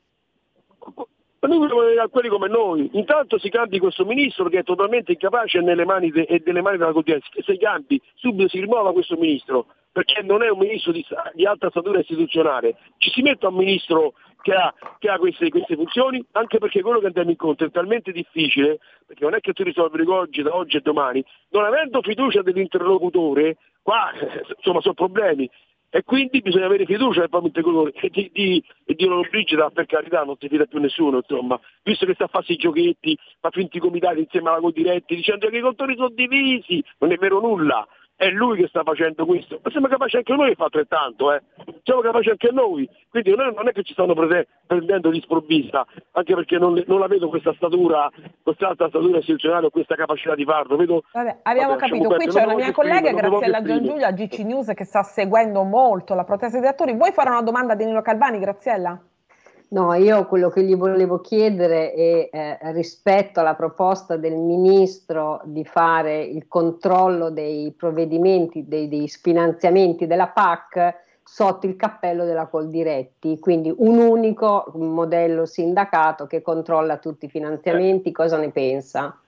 Ma noi vogliamo dialogare quelli come noi. Intanto si cambi questo ministro che è totalmente incapace delle mani della Coldiretti, che se cambi subito si rimuova questo ministro, perché non è un ministro di alta statura istituzionale. Ci si mette un ministro che ha queste funzioni, anche perché quello che andiamo incontro è talmente difficile, perché non è che tu risolvi da oggi e domani, non avendo fiducia dell'interlocutore, qua insomma sono problemi, e quindi bisogna avere fiducia nel proprio interlocutore, e di Lollobrigida, per carità, non si fida più nessuno, insomma, visto che sta a farsi i giochetti, fa finti comitati insieme alla Coldiretti dicendo che i agricoltori sono divisi, non è vero nulla. È lui che sta facendo questo, ma siamo capaci anche noi di fare altrettanto, siamo capaci anche noi, quindi non è che ci stanno prendendo di sprovvista, anche perché non la vedo questa statura, questa alta statura istituzionale o questa capacità di farlo. Abbiamo capito, qui c'è una mia collega, Graziella Giangiulia, GC News, che sta seguendo molto la protesta dei attori. Vuoi fare una domanda a Danilo Calvani, Graziella? No, io quello che gli volevo chiedere è rispetto alla proposta del ministro di fare il controllo dei provvedimenti, dei finanziamenti della PAC sotto il cappello della Coldiretti, quindi un unico modello sindacato che controlla tutti i finanziamenti, cosa ne pensa?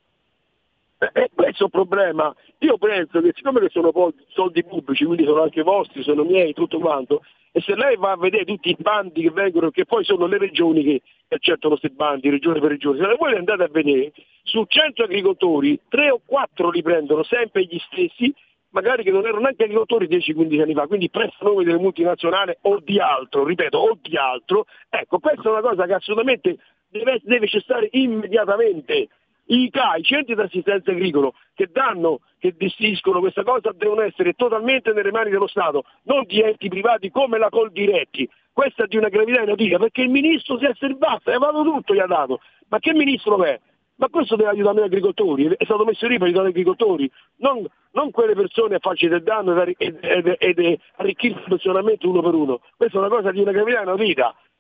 Questo è un problema. Io penso che siccome che sono soldi pubblici, quindi sono anche vostri, sono miei, tutto quanto, e se lei va a vedere tutti i bandi che vengono, che poi sono le regioni che accettano questi bandi, regione per regione, se voi andate a vedere, su 100 agricoltori, 3 o 4 li prendono sempre gli stessi, magari che non erano neanche agricoltori 10-15 anni fa, quindi presso noi delle multinazionali o di altro, ripeto, o di altro. Ecco, questa è una cosa che assolutamente deve cessare immediatamente. I CAI, i centri di assistenza agricolo, che gestiscono questa cosa, devono essere totalmente nelle mani dello Stato, non di enti privati come la Coldiretti. Questa è di una gravità inaudita, perché il ministro si è servito, ha dato tutto, gli ha dato. Ma che ministro è? Ma questo deve aiutare noi agricoltori, è stato messo lì per aiutare gli agricoltori, non quelle persone a farci del danno ed arricchirsi personalmente uno per uno. Questa è una cosa di una gravità inaudita.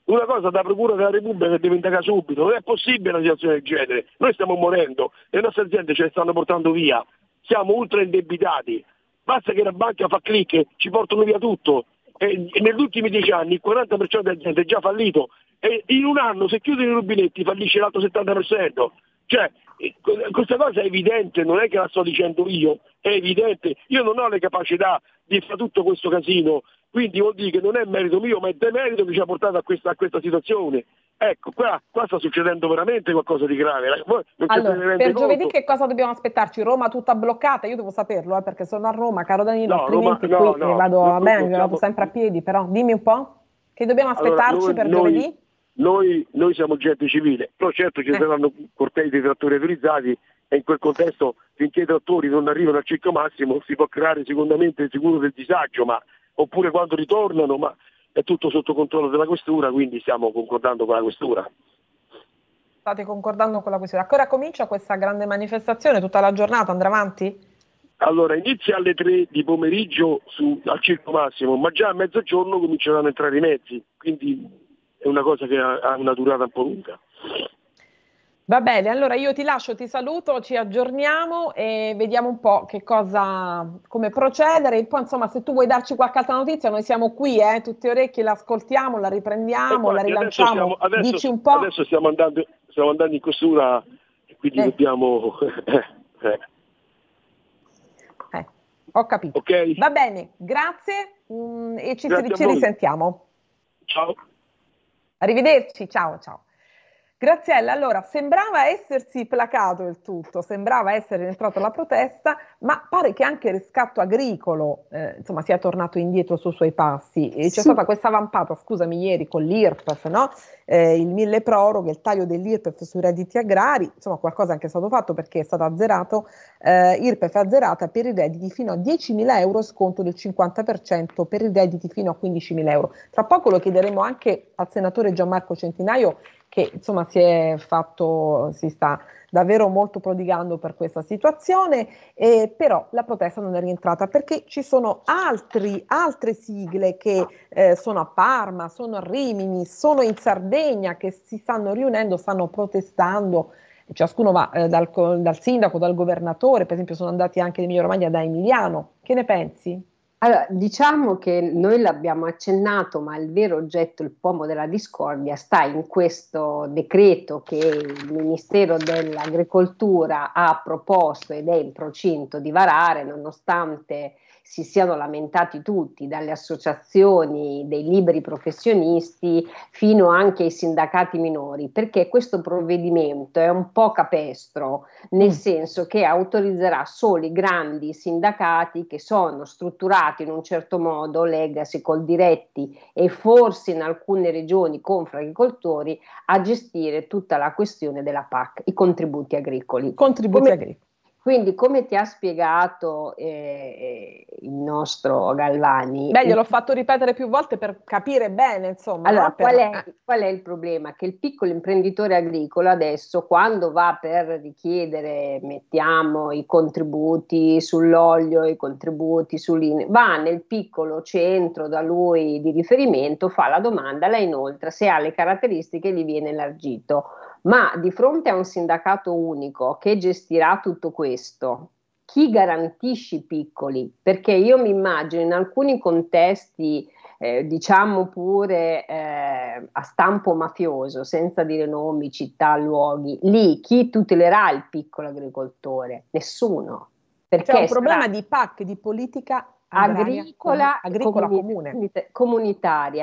una cosa da Procura della Repubblica che deve indagare subito, non è possibile una situazione del genere, noi stiamo morendo, le nostre aziende ce le stanno portando via, siamo ultra indebitati, basta che la banca fa click e ci portano via tutto, e negli ultimi 10 anni il 40% delle aziende è già fallito, e in un anno se chiudono i rubinetti fallisce l'altro 70%, cioè questa cosa è evidente, non è che la sto dicendo io, è evidente, io non ho le capacità di fare tutto questo casino, quindi vuol dire che non è merito mio, ma è demerito che ci ha portato a questa situazione. Ecco, qua sta succedendo veramente qualcosa di grave. Voi non allora, per giovedì che cosa dobbiamo aspettarci? Roma tutta bloccata? Io devo saperlo, perché sono a Roma, caro Danilo, No, altrimenti Roma, qui no, vado no, a bene, vado sempre a piedi, però dimmi un po', che dobbiamo aspettarci per giovedì? Noi siamo gente civile, però certo ci saranno cortei di trattori autorizzati e in quel contesto finché i trattori non arrivano al ciclo massimo si può creare sicuramente il sicuro del disagio, oppure quando ritornano, ma è tutto sotto controllo della questura, quindi stiamo concordando con la questura. State concordando con la questura. A che ora comincia questa grande manifestazione? Tutta la giornata andrà avanti? Allora, inizia alle 3 di pomeriggio al Circo Massimo, ma già a mezzogiorno cominceranno a entrare i mezzi, quindi è una cosa che ha una durata un po' lunga. Va bene, allora io ti lascio, ti saluto, ci aggiorniamo e vediamo un po' come procedere. E poi insomma, se tu vuoi darci qualche altra notizia, noi siamo qui, tutti orecchi, l'ascoltiamo, la riprendiamo, la rilanciamo. Dici un po'. Adesso stiamo andando in questura e quindi dobbiamo... Ho capito. Okay. Va bene, grazie e ci risentiamo. Ciao. Arrivederci, ciao. Graziella, allora sembrava essersi placato il tutto, sembrava essere entrato alla protesta, ma pare che anche il riscatto agricolo sia tornato indietro sui suoi passi. E c'è stata questa vampata, scusami, ieri con l'IRPEF, no? Il mille proroghe, il taglio dell'IRPEF sui redditi agrari, insomma qualcosa è anche stato fatto perché è stato azzerato, IRPEF azzerata per i redditi fino a 10.000 euro, sconto del 50% per i redditi fino a 15.000 euro. Tra poco lo chiederemo anche al senatore Gianmarco Centinaio, che insomma si sta davvero molto prodigando per questa situazione, però la protesta non è rientrata perché ci sono altre sigle che sono a Parma, sono a Rimini, sono in Sardegna, che si stanno riunendo, stanno protestando, ciascuno va dal sindaco, dal governatore, per esempio sono andati anche in Emilia Romagna da Emiliano. Che ne pensi? Allora, diciamo che noi l'abbiamo accennato, ma il vero oggetto, il pomo della discordia, sta in questo decreto che il Ministero dell'Agricoltura ha proposto ed è in procinto di varare, nonostante si siano lamentati tutti, dalle associazioni dei liberi professionisti fino anche ai sindacati minori, perché questo provvedimento è un po' capestro, nel senso che autorizzerà solo i grandi sindacati che sono strutturati in un certo modo, legasi Coldiretti e forse in alcune regioni Confagricoltori, a gestire tutta la questione della PAC, i contributi agricoli. Quindi, come ti ha spiegato il nostro Galvani... Beh, gliel'ho fatto ripetere più volte per capire bene, insomma. Allora, qual è il problema? Che il piccolo imprenditore agricolo adesso, quando va per richiedere, mettiamo, i contributi sull'olio, i contributi sull'INE, va nel piccolo centro da lui di riferimento, fa la domanda, la inoltra, se ha le caratteristiche gli viene elargito. Ma di fronte a un sindacato unico che gestirà tutto questo, chi garantisce i piccoli? Perché io mi immagino in alcuni contesti, diciamo pure a stampo mafioso, senza dire nomi, città, luoghi, lì chi tutelerà il piccolo agricoltore? Nessuno. Perché c'è un problema di PAC, di politica agricola comunitaria,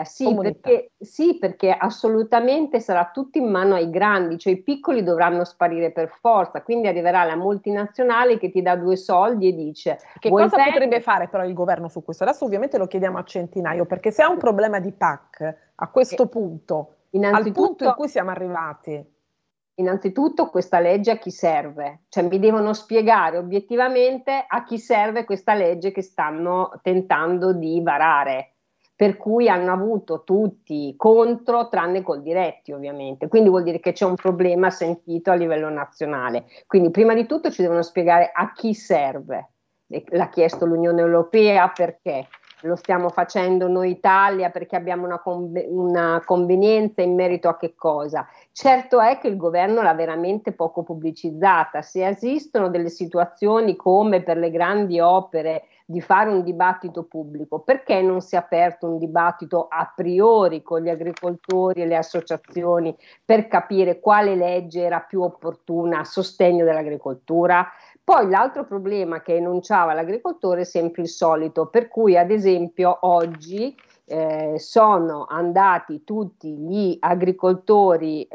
perché assolutamente sarà tutto in mano ai grandi, cioè i piccoli dovranno sparire per forza, quindi arriverà la multinazionale che ti dà 2 soldi e dice che cosa potrebbe fare però il governo su questo? Adesso ovviamente lo chiediamo a Centinaio, perché se ha un problema di PAC a questo punto, al punto in cui siamo arrivati. Innanzitutto questa legge a chi serve? Cioè mi devono spiegare obiettivamente a chi serve questa legge che stanno tentando di varare, per cui hanno avuto tutti contro, tranne Coldiretti ovviamente, quindi vuol dire che c'è un problema sentito a livello nazionale. Quindi prima di tutto ci devono spiegare a chi serve, l'ha chiesto l'Unione Europea perché, lo stiamo facendo noi Italia perché abbiamo una convenienza in merito a che cosa. Certo è che il governo l'ha veramente poco pubblicizzata. Se esistono delle situazioni come per le grandi opere di fare un dibattito pubblico, perché non si è aperto un dibattito a priori con gli agricoltori e le associazioni per capire quale legge era più opportuna a sostegno dell'agricoltura? Poi l'altro problema che enunciava l'agricoltore è sempre il solito, per cui ad esempio oggi sono andati tutti gli agricoltori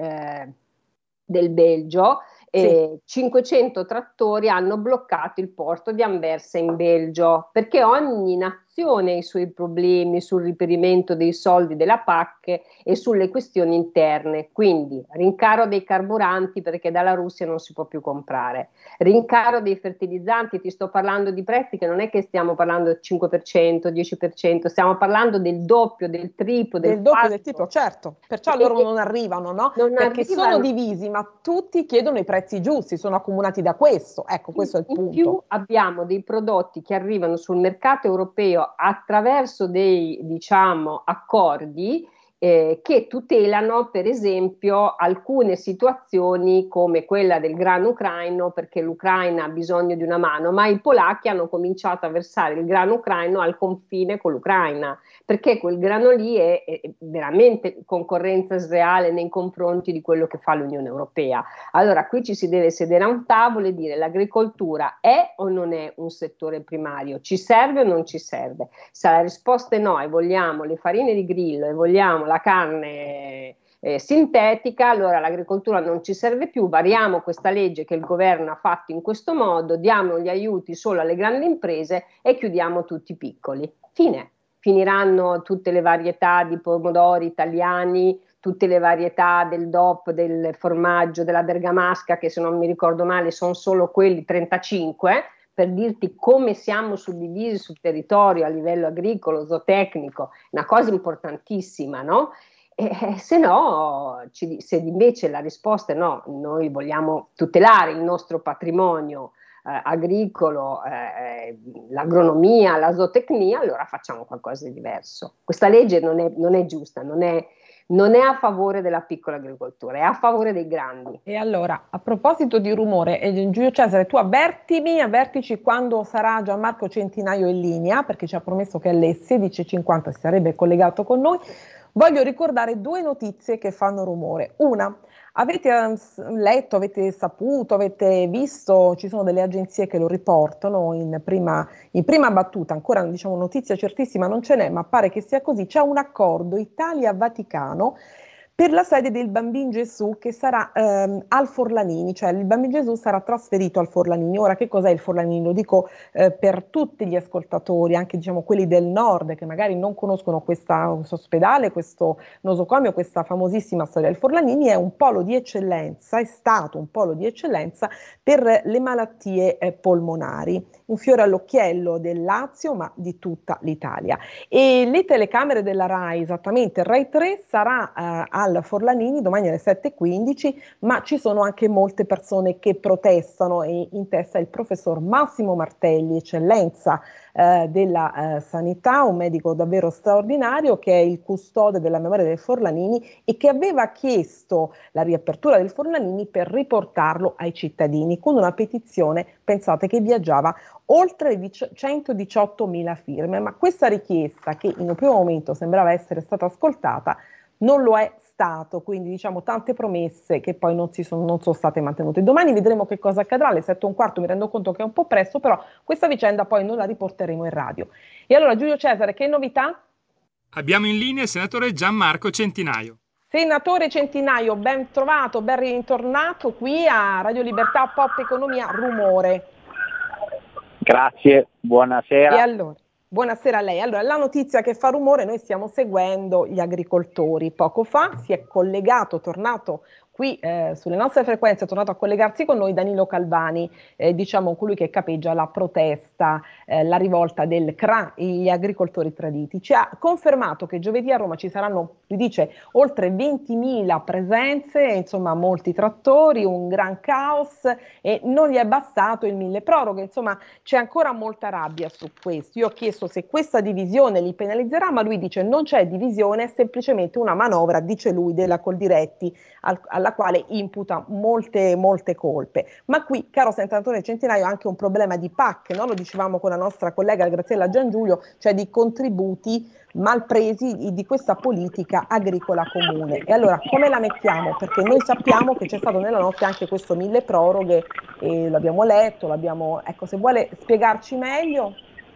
del Belgio, 500 trattori hanno bloccato il porto di Anversa in Belgio, perché ogni nazione ha i suoi problemi sul reperimento dei soldi della PAC e sulle questioni interne. Quindi rincaro dei carburanti perché dalla Russia non si può più comprare, rincaro dei fertilizzanti, ti sto parlando di prezzi che non è che stiamo parlando del 5%, 10%, stiamo parlando del doppio, del triplo, del doppio, del triplo, certo, perciò loro non arrivano, no? Perché sono divisi, ma tutti chiedono i prezzi giusti, sono accomunati da questo, ecco, questo è il punto. In più abbiamo dei prodotti che arrivano sul mercato europeo attraverso dei, diciamo, accordi che tutelano per esempio alcune situazioni come quella del grano ucraino, perché l'Ucraina ha bisogno di una mano, ma i polacchi hanno cominciato a versare il grano ucraino al confine con l'Ucraina, perché quel grano lì è veramente concorrenza sleale nei confronti di quello che fa l'Unione Europea. Allora qui ci si deve sedere a un tavolo e dire: l'agricoltura è o non è un settore primario? Ci serve o non ci serve? Se la risposta è no e vogliamo le farine di grillo e vogliamo la carne sintetica, allora l'agricoltura non ci serve più, variamo questa legge che il governo ha fatto in questo modo, diamo gli aiuti solo alle grandi imprese e chiudiamo tutti i piccoli. Fine. Finiranno tutte le varietà di pomodori italiani, tutte le varietà del DOP, del formaggio, della bergamasca, che se non mi ricordo male sono solo quelli 35, per dirti come siamo suddivisi sul territorio a livello agricolo, zootecnico, una cosa importantissima, no? Se no, se invece la risposta è no, noi vogliamo tutelare il nostro patrimonio agricolo, l'agronomia, la zootecnia, allora facciamo qualcosa di diverso. Questa legge non è giusta, non è a favore della piccola agricoltura, è a favore dei grandi. E allora, a proposito di rumore, Giulio Cesare, tu avvertici quando sarà Gianmarco Centinaio in linea, perché ci ha promesso che alle 16:50 si sarebbe collegato con noi. Voglio ricordare 2 notizie che fanno rumore. Una, avete letto, avete saputo, avete visto, ci sono delle agenzie che lo riportano in prima battuta, ancora diciamo notizia certissima non ce n'è, ma pare che sia così, c'è un accordo Italia-Vaticano per la sede del Bambin Gesù che sarà al Forlanini, cioè il Bambin Gesù sarà trasferito al Forlanini. Ora che cos'è il Forlanini? Lo dico per tutti gli ascoltatori, anche diciamo quelli del nord che magari non conoscono questo ospedale, questo nosocomio, questa famosissima storia. Il Forlanini è un polo di eccellenza, è stato un polo di eccellenza per le malattie polmonari, un fiore all'occhiello del Lazio ma di tutta l'Italia. E le telecamere della RAI, esattamente RAI 3, sarà al Forlanini domani alle 7:15, ma ci sono anche molte persone che protestano e in testa il professor Massimo Martelli, eccellenza della sanità, un medico davvero straordinario che è il custode della memoria del Forlanini e che aveva chiesto la riapertura del Forlanini per riportarlo ai cittadini con una petizione, pensate, che viaggiava oltre 118.000 firme, ma questa richiesta, che in un primo momento sembrava essere stata ascoltata, non lo è stato, quindi diciamo tante promesse che poi non sono state mantenute. Domani vedremo che cosa accadrà, alle 7:15, mi rendo conto che è un po' presto, però questa vicenda poi non la riporteremo in radio. E allora Giulio Cesare, che novità? Abbiamo in linea il senatore Gianmarco Centinaio. Senatore Centinaio, ben trovato, ben ritornato qui a Radio Libertà Pop Economia Rumore. Grazie, buonasera. E allora? Buonasera a lei. Allora, la notizia che fa rumore, noi stiamo seguendo gli agricoltori. Poco fa si è collegato, tornato Qui sulle nostre frequenze è tornato a collegarsi con noi Danilo Calvani, diciamo colui che capeggia la protesta, la rivolta del CRA, gli agricoltori traditi. Ci ha confermato che giovedì a Roma ci saranno, lui dice, oltre 20.000 presenze, insomma molti trattori, un gran caos, e non gli è bastato il milleproroghe. Insomma c'è ancora molta rabbia su questo. Io ho chiesto se questa divisione li penalizzerà, ma lui dice non c'è divisione, è semplicemente una manovra, dice lui, della Coldiretti, alla quale imputa molte colpe. Ma qui, caro senatore Centinaio, anche un problema di PAC, no? Lo dicevamo con la nostra collega Graziella Giangiulio, cioè di contributi mal presi di questa politica agricola comune. E allora come la mettiamo? Perché noi sappiamo che c'è stato nella notte anche questo milleproroghe, e l'abbiamo letto, ecco, se vuole spiegarci meglio.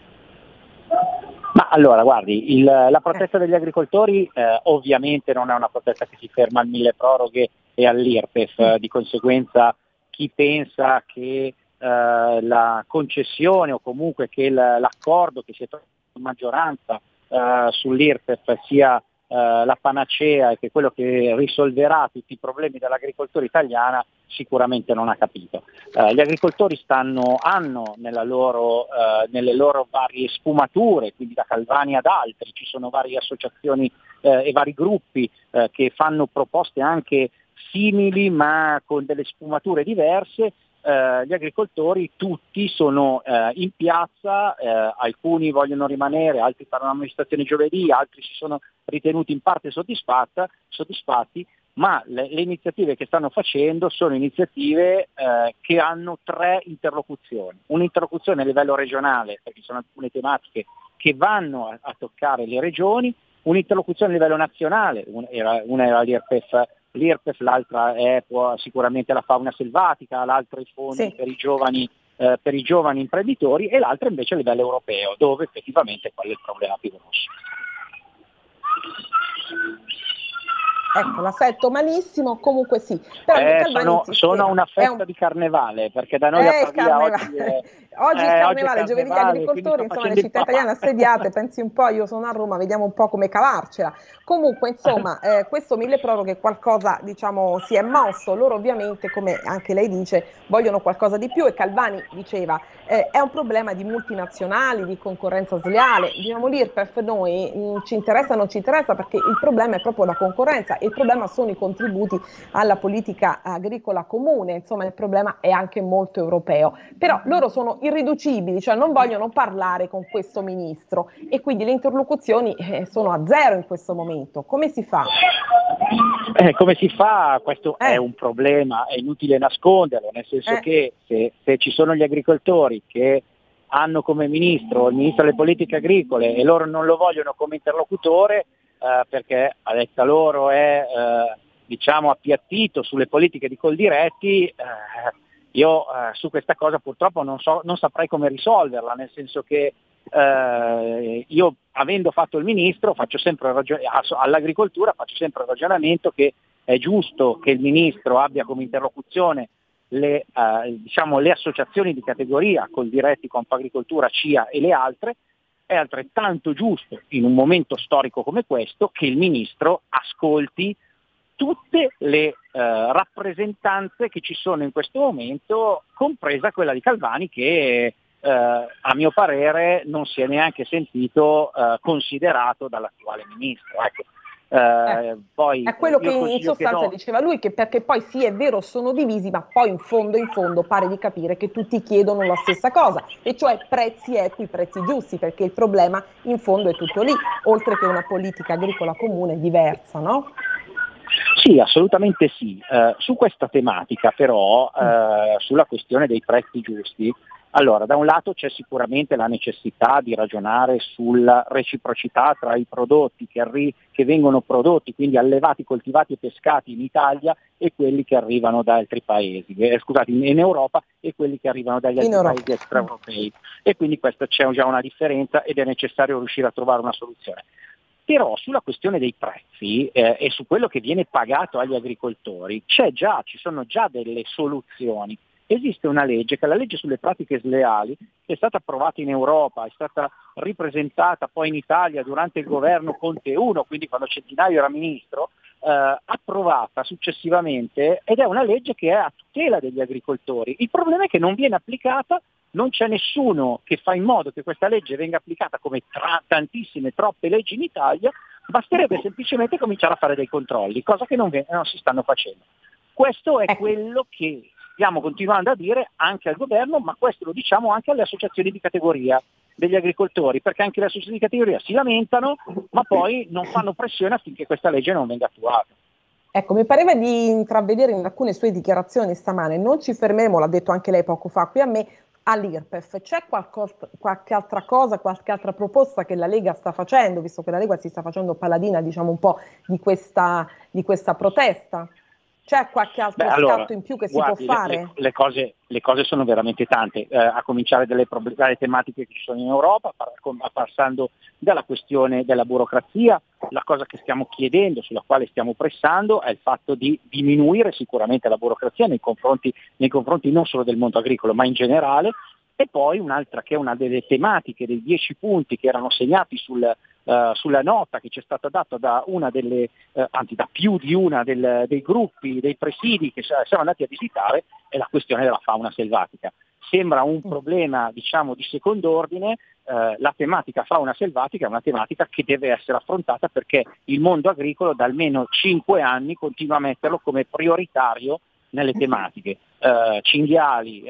Ma allora, guardi, la protesta degli agricoltori ovviamente non è una protesta che si ferma al milleproroghe e all'IRPEF, di conseguenza chi pensa che la concessione o comunque che l'accordo che si è trovato in maggioranza sull'IRPEF sia la panacea e che quello che risolverà tutti i problemi dell'agricoltura italiana, sicuramente non ha capito. Gli agricoltori hanno nelle loro varie sfumature, quindi da Calvani ad altri, ci sono varie associazioni e vari gruppi che fanno proposte anche simili ma con delle sfumature diverse. Gli agricoltori tutti sono in piazza, alcuni vogliono rimanere, altri faranno la manifestazione giovedì, altri si sono ritenuti in parte soddisfatti, ma le iniziative che stanno facendo sono iniziative che hanno 3 interlocuzioni. Un'interlocuzione a livello regionale, perché sono alcune tematiche che vanno a toccare le regioni, un'interlocuzione a livello nazionale, una era l'IRPEF, l'altra è sicuramente la fauna selvatica, l'altra i fondi per i giovani imprenditori, e l'altra invece a livello europeo, dove effettivamente quello è il problema più grosso. Ecco, la sento malissimo, comunque sì. Però sono una festa di carnevale, perché da noi a Pavia oggi è carnevale, giovedì gli agricoltori, insomma le città italiane assediate, pensi un po', io sono a Roma, vediamo un po' come cavarcela. Comunque, insomma, questo milleproroghe qualcosa, diciamo, si è mosso. Loro ovviamente, come anche lei dice, vogliono qualcosa di più, e Calvani diceva è un problema di multinazionali, di concorrenza sleale. Diciamo l'IRPEF noi ci interessa o non ci interessa, perché il problema è proprio la concorrenza, il problema sono i contributi alla politica agricola comune, insomma il problema è anche molto europeo. Però loro sono irriducibili, cioè non vogliono parlare con questo ministro, e quindi le interlocuzioni sono a zero in questo momento. Come si fa? Come si fa? Questo è un problema, è inutile nasconderlo, nel senso che se ci sono gli agricoltori che hanno come ministro il ministro delle politiche agricole e loro non lo vogliono come interlocutore, perché a detta loro è diciamo appiattito sulle politiche di Coldiretti, io su questa cosa purtroppo non saprei come risolverla, nel senso che io, avendo fatto il ministro, faccio sempre all'agricoltura faccio sempre il ragionamento che è giusto che il ministro abbia come interlocuzione le associazioni di categoria, Coldiretti, Confagricoltura, CIA e le altre. È altrettanto giusto in un momento storico come questo che il ministro ascolti tutte le rappresentanze che ci sono in questo momento, compresa quella di Calvani, che a mio parere non si è neanche sentito considerato dall'attuale ministro. Ecco. Poi è quello che in sostanza diceva lui, che perché poi sì è vero sono divisi, ma poi in fondo pare di capire che tutti chiedono la stessa cosa, e cioè prezzi equi, prezzi giusti, perché il problema in fondo è tutto lì, oltre che una politica agricola comune diversa, no? Sì, assolutamente sì. Su questa tematica però, sulla questione dei prezzi giusti, allora da un lato c'è sicuramente la necessità di ragionare sulla reciprocità tra i prodotti che vengono prodotti, quindi allevati, coltivati e pescati in Italia, e quelli che arrivano da altri paesi, in Europa, e quelli che arrivano dagli altri paesi extraeuropei. E quindi questa c'è già una differenza ed è necessario riuscire a trovare una soluzione. Però sulla questione dei prezzi e su quello che viene pagato agli agricoltori ci sono già delle soluzioni esiste una legge, che è la legge sulle pratiche sleali, che è stata approvata in Europa, è stata ripresentata poi in Italia durante il governo Conte 1, quindi quando Centinaio era ministro, approvata successivamente, ed è una legge che è a tutela degli agricoltori. Il problema è che non viene applicata, non c'è nessuno che fa in modo che questa legge venga applicata come tantissime, troppe leggi in Italia, basterebbe semplicemente cominciare a fare dei controlli, cosa che non si stanno facendo. Questo è quello che stiamo continuando a dire anche al governo, ma questo lo diciamo anche alle associazioni di categoria degli agricoltori, perché anche le associazioni di categoria si lamentano, ma poi non fanno pressione affinché questa legge non venga attuata. Ecco, mi pareva di intravedere in alcune sue dichiarazioni stamane, non ci fermeremo, l'ha detto anche lei poco fa qui a me, all'IRPEF. C'è qualche altra cosa, qualche altra proposta che la Lega sta facendo, visto che la Lega si sta facendo paladina, diciamo, un po' di questa protesta? C'è qualche altro scatto in più che si può fare? Le cose sono veramente tante, a cominciare dalle tematiche che ci sono in Europa, passando dalla questione della burocrazia. La cosa che stiamo chiedendo, sulla quale stiamo pressando, è il fatto di diminuire sicuramente la burocrazia nei confronti non solo del mondo agricolo, ma in generale. E poi un'altra, che è una delle tematiche dei 10 punti che erano segnati sulla nota che ci è stata data da una delle, anzi da più di una dei gruppi, dei presidi che siamo andati a visitare, è la questione della fauna selvatica. Sembra un problema, diciamo, di secondo ordine. La tematica fauna selvatica è una tematica che deve essere affrontata, perché il mondo agricolo da almeno 5 anni continua a metterlo come prioritario nelle tematiche. Cinghiali,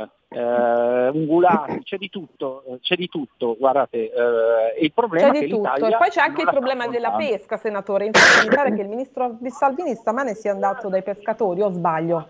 ungulati, c'è di tutto, guardate, il problema è che l'Italia... E poi c'è anche il problema della pesca, senatore. Infatti mi pare che il ministro Salvini stamane sia andato dai pescatori, o sbaglio?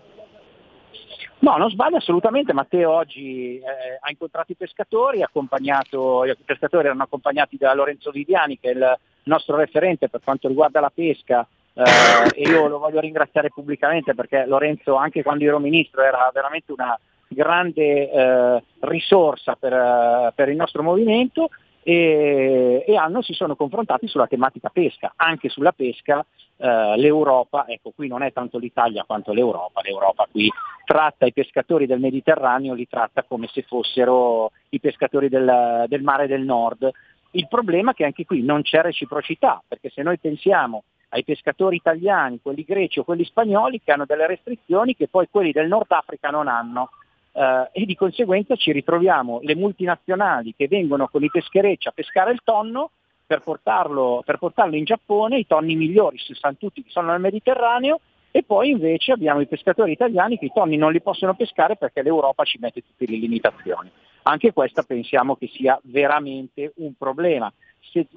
No, non sbaglio assolutamente. Matteo oggi ha incontrato i pescatori, i pescatori erano accompagnati da Lorenzo Viviani, che è il nostro referente per quanto riguarda la pesca, e io lo voglio ringraziare pubblicamente, perché Lorenzo, anche quando ero ministro, era veramente una grande risorsa per il nostro movimento, e si sono confrontati sulla tematica pesca. Anche sulla pesca l'Europa, ecco, qui non è tanto l'Italia quanto l'Europa qui tratta i pescatori del Mediterraneo, li tratta come se fossero i pescatori del mare del nord. Il problema è che anche qui non c'è reciprocità, perché se noi pensiamo ai pescatori italiani, quelli greci o quelli spagnoli, che hanno delle restrizioni che poi quelli del Nord Africa non hanno, e di conseguenza ci ritroviamo le multinazionali che vengono con i pescherecci a pescare il tonno per portarlo in Giappone, i tonni migliori si sanno tutti che sono nel Mediterraneo, e poi invece abbiamo i pescatori italiani che i tonni non li possono pescare perché l'Europa ci mette tutte le limitazioni. Anche questa pensiamo che sia veramente un problema. Se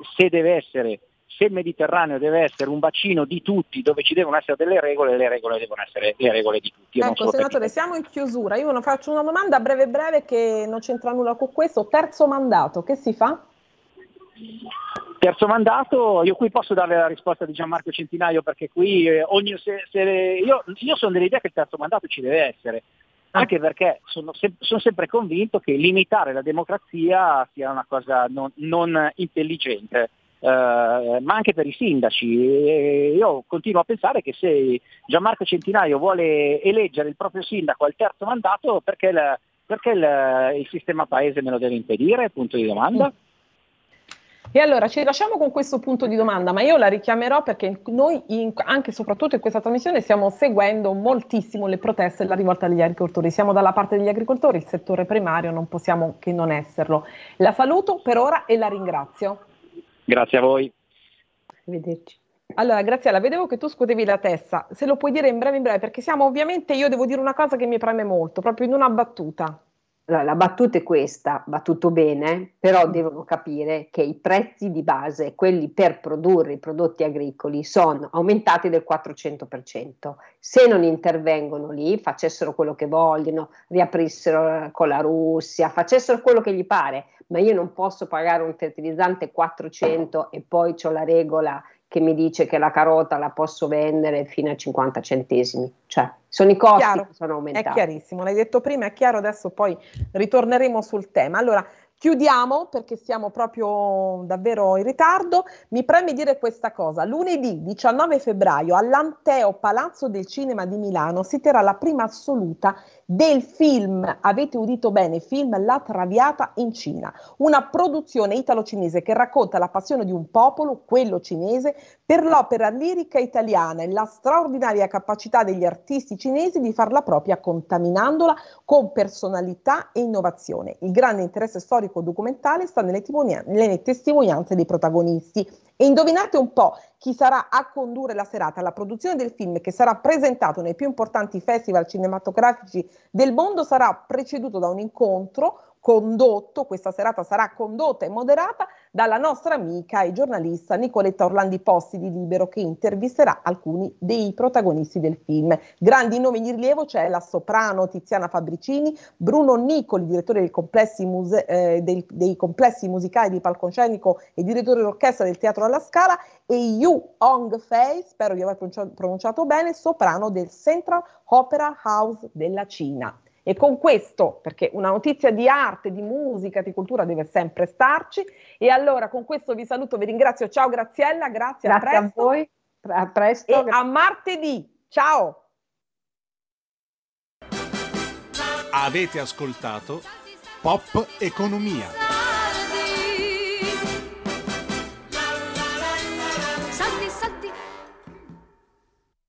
il Mediterraneo deve essere un bacino di tutti, dove ci devono essere delle regole, le regole devono essere le regole di tutti. Ecco, senatore, siamo in chiusura. Io faccio una domanda breve che non c'entra nulla con questo. Terzo mandato, che si fa? Terzo mandato, io qui posso dare la risposta di Gianmarco Centinaio, perché qui io sono dell'idea che il terzo mandato ci deve essere, anche perché sono sempre convinto che limitare la democrazia sia una cosa non intelligente. Ma anche per i sindaci. Io continuo a pensare che se Gianmarco Centinaio vuole eleggere il proprio sindaco al terzo mandato, perché il sistema paese me lo deve impedire? Punto di domanda. E allora ci lasciamo con questo punto di domanda, ma io la richiamerò perché noi anche e soprattutto in questa trasmissione stiamo seguendo moltissimo le proteste e la rivolta degli agricoltori. Siamo dalla parte degli agricoltori, il settore primario non possiamo che non esserlo. La saluto per ora e la ringrazio. Grazie a voi. Arrivederci. Allora, Graziella, vedevo che tu scuotevi la testa, se lo puoi dire in breve, perché io devo dire una cosa che mi preme molto, proprio in una battuta. Allora, la battuta è questa, va tutto bene, però devono capire che i prezzi di base, quelli per produrre i prodotti agricoli, sono aumentati del 400%. Se non intervengono lì, facessero quello che vogliono, riaprissero con la Russia, facessero quello che gli pare, ma io non posso pagare un fertilizzante 400 e poi c'ho la regola che mi dice che la carota la posso vendere fino a 50 centesimi, cioè sono i costi che sono aumentati. È chiarissimo, l'hai detto prima, è chiaro, adesso poi ritorneremo sul tema. Allora, Chiudiamo perché siamo proprio davvero in ritardo. Mi preme dire questa cosa. Lunedì 19 febbraio all'Anteo Palazzo del Cinema di Milano si terrà la prima assoluta del film, avete udito bene, film La Traviata in Cina, una produzione italo-cinese che racconta la passione di un popolo, quello cinese, per l'opera lirica italiana e la straordinaria capacità degli artisti cinesi di farla propria contaminandola con personalità e innovazione. Il grande interesse storico documentale sta nelle testimonianze dei protagonisti. E indovinate un po' chi sarà a condurre la serata. La produzione del film, che sarà presentato nei più importanti festival cinematografici del mondo, sarà preceduto da un incontro condotto, questa serata sarà condotta e moderata dalla nostra amica e giornalista Nicoletta Orlandi Posti di Libero, che intervisterà alcuni dei protagonisti del film. Grandi nomi di rilievo c'è la soprano Tiziana Fabricini, Bruno Nicoli, direttore dei complessi musicali di palcoscenico e direttore d'orchestra del Teatro alla Scala, e Yu Hong Fei, spero di aver pronunciato bene, soprano del Central Opera House della Cina. E con questo, perché una notizia di arte, di musica, di cultura deve sempre starci, e allora con questo vi saluto, vi ringrazio, ciao Graziella, grazie a presto. A voi, a presto. E a martedì, ciao! Avete ascoltato Pop Economia. Salti, salti.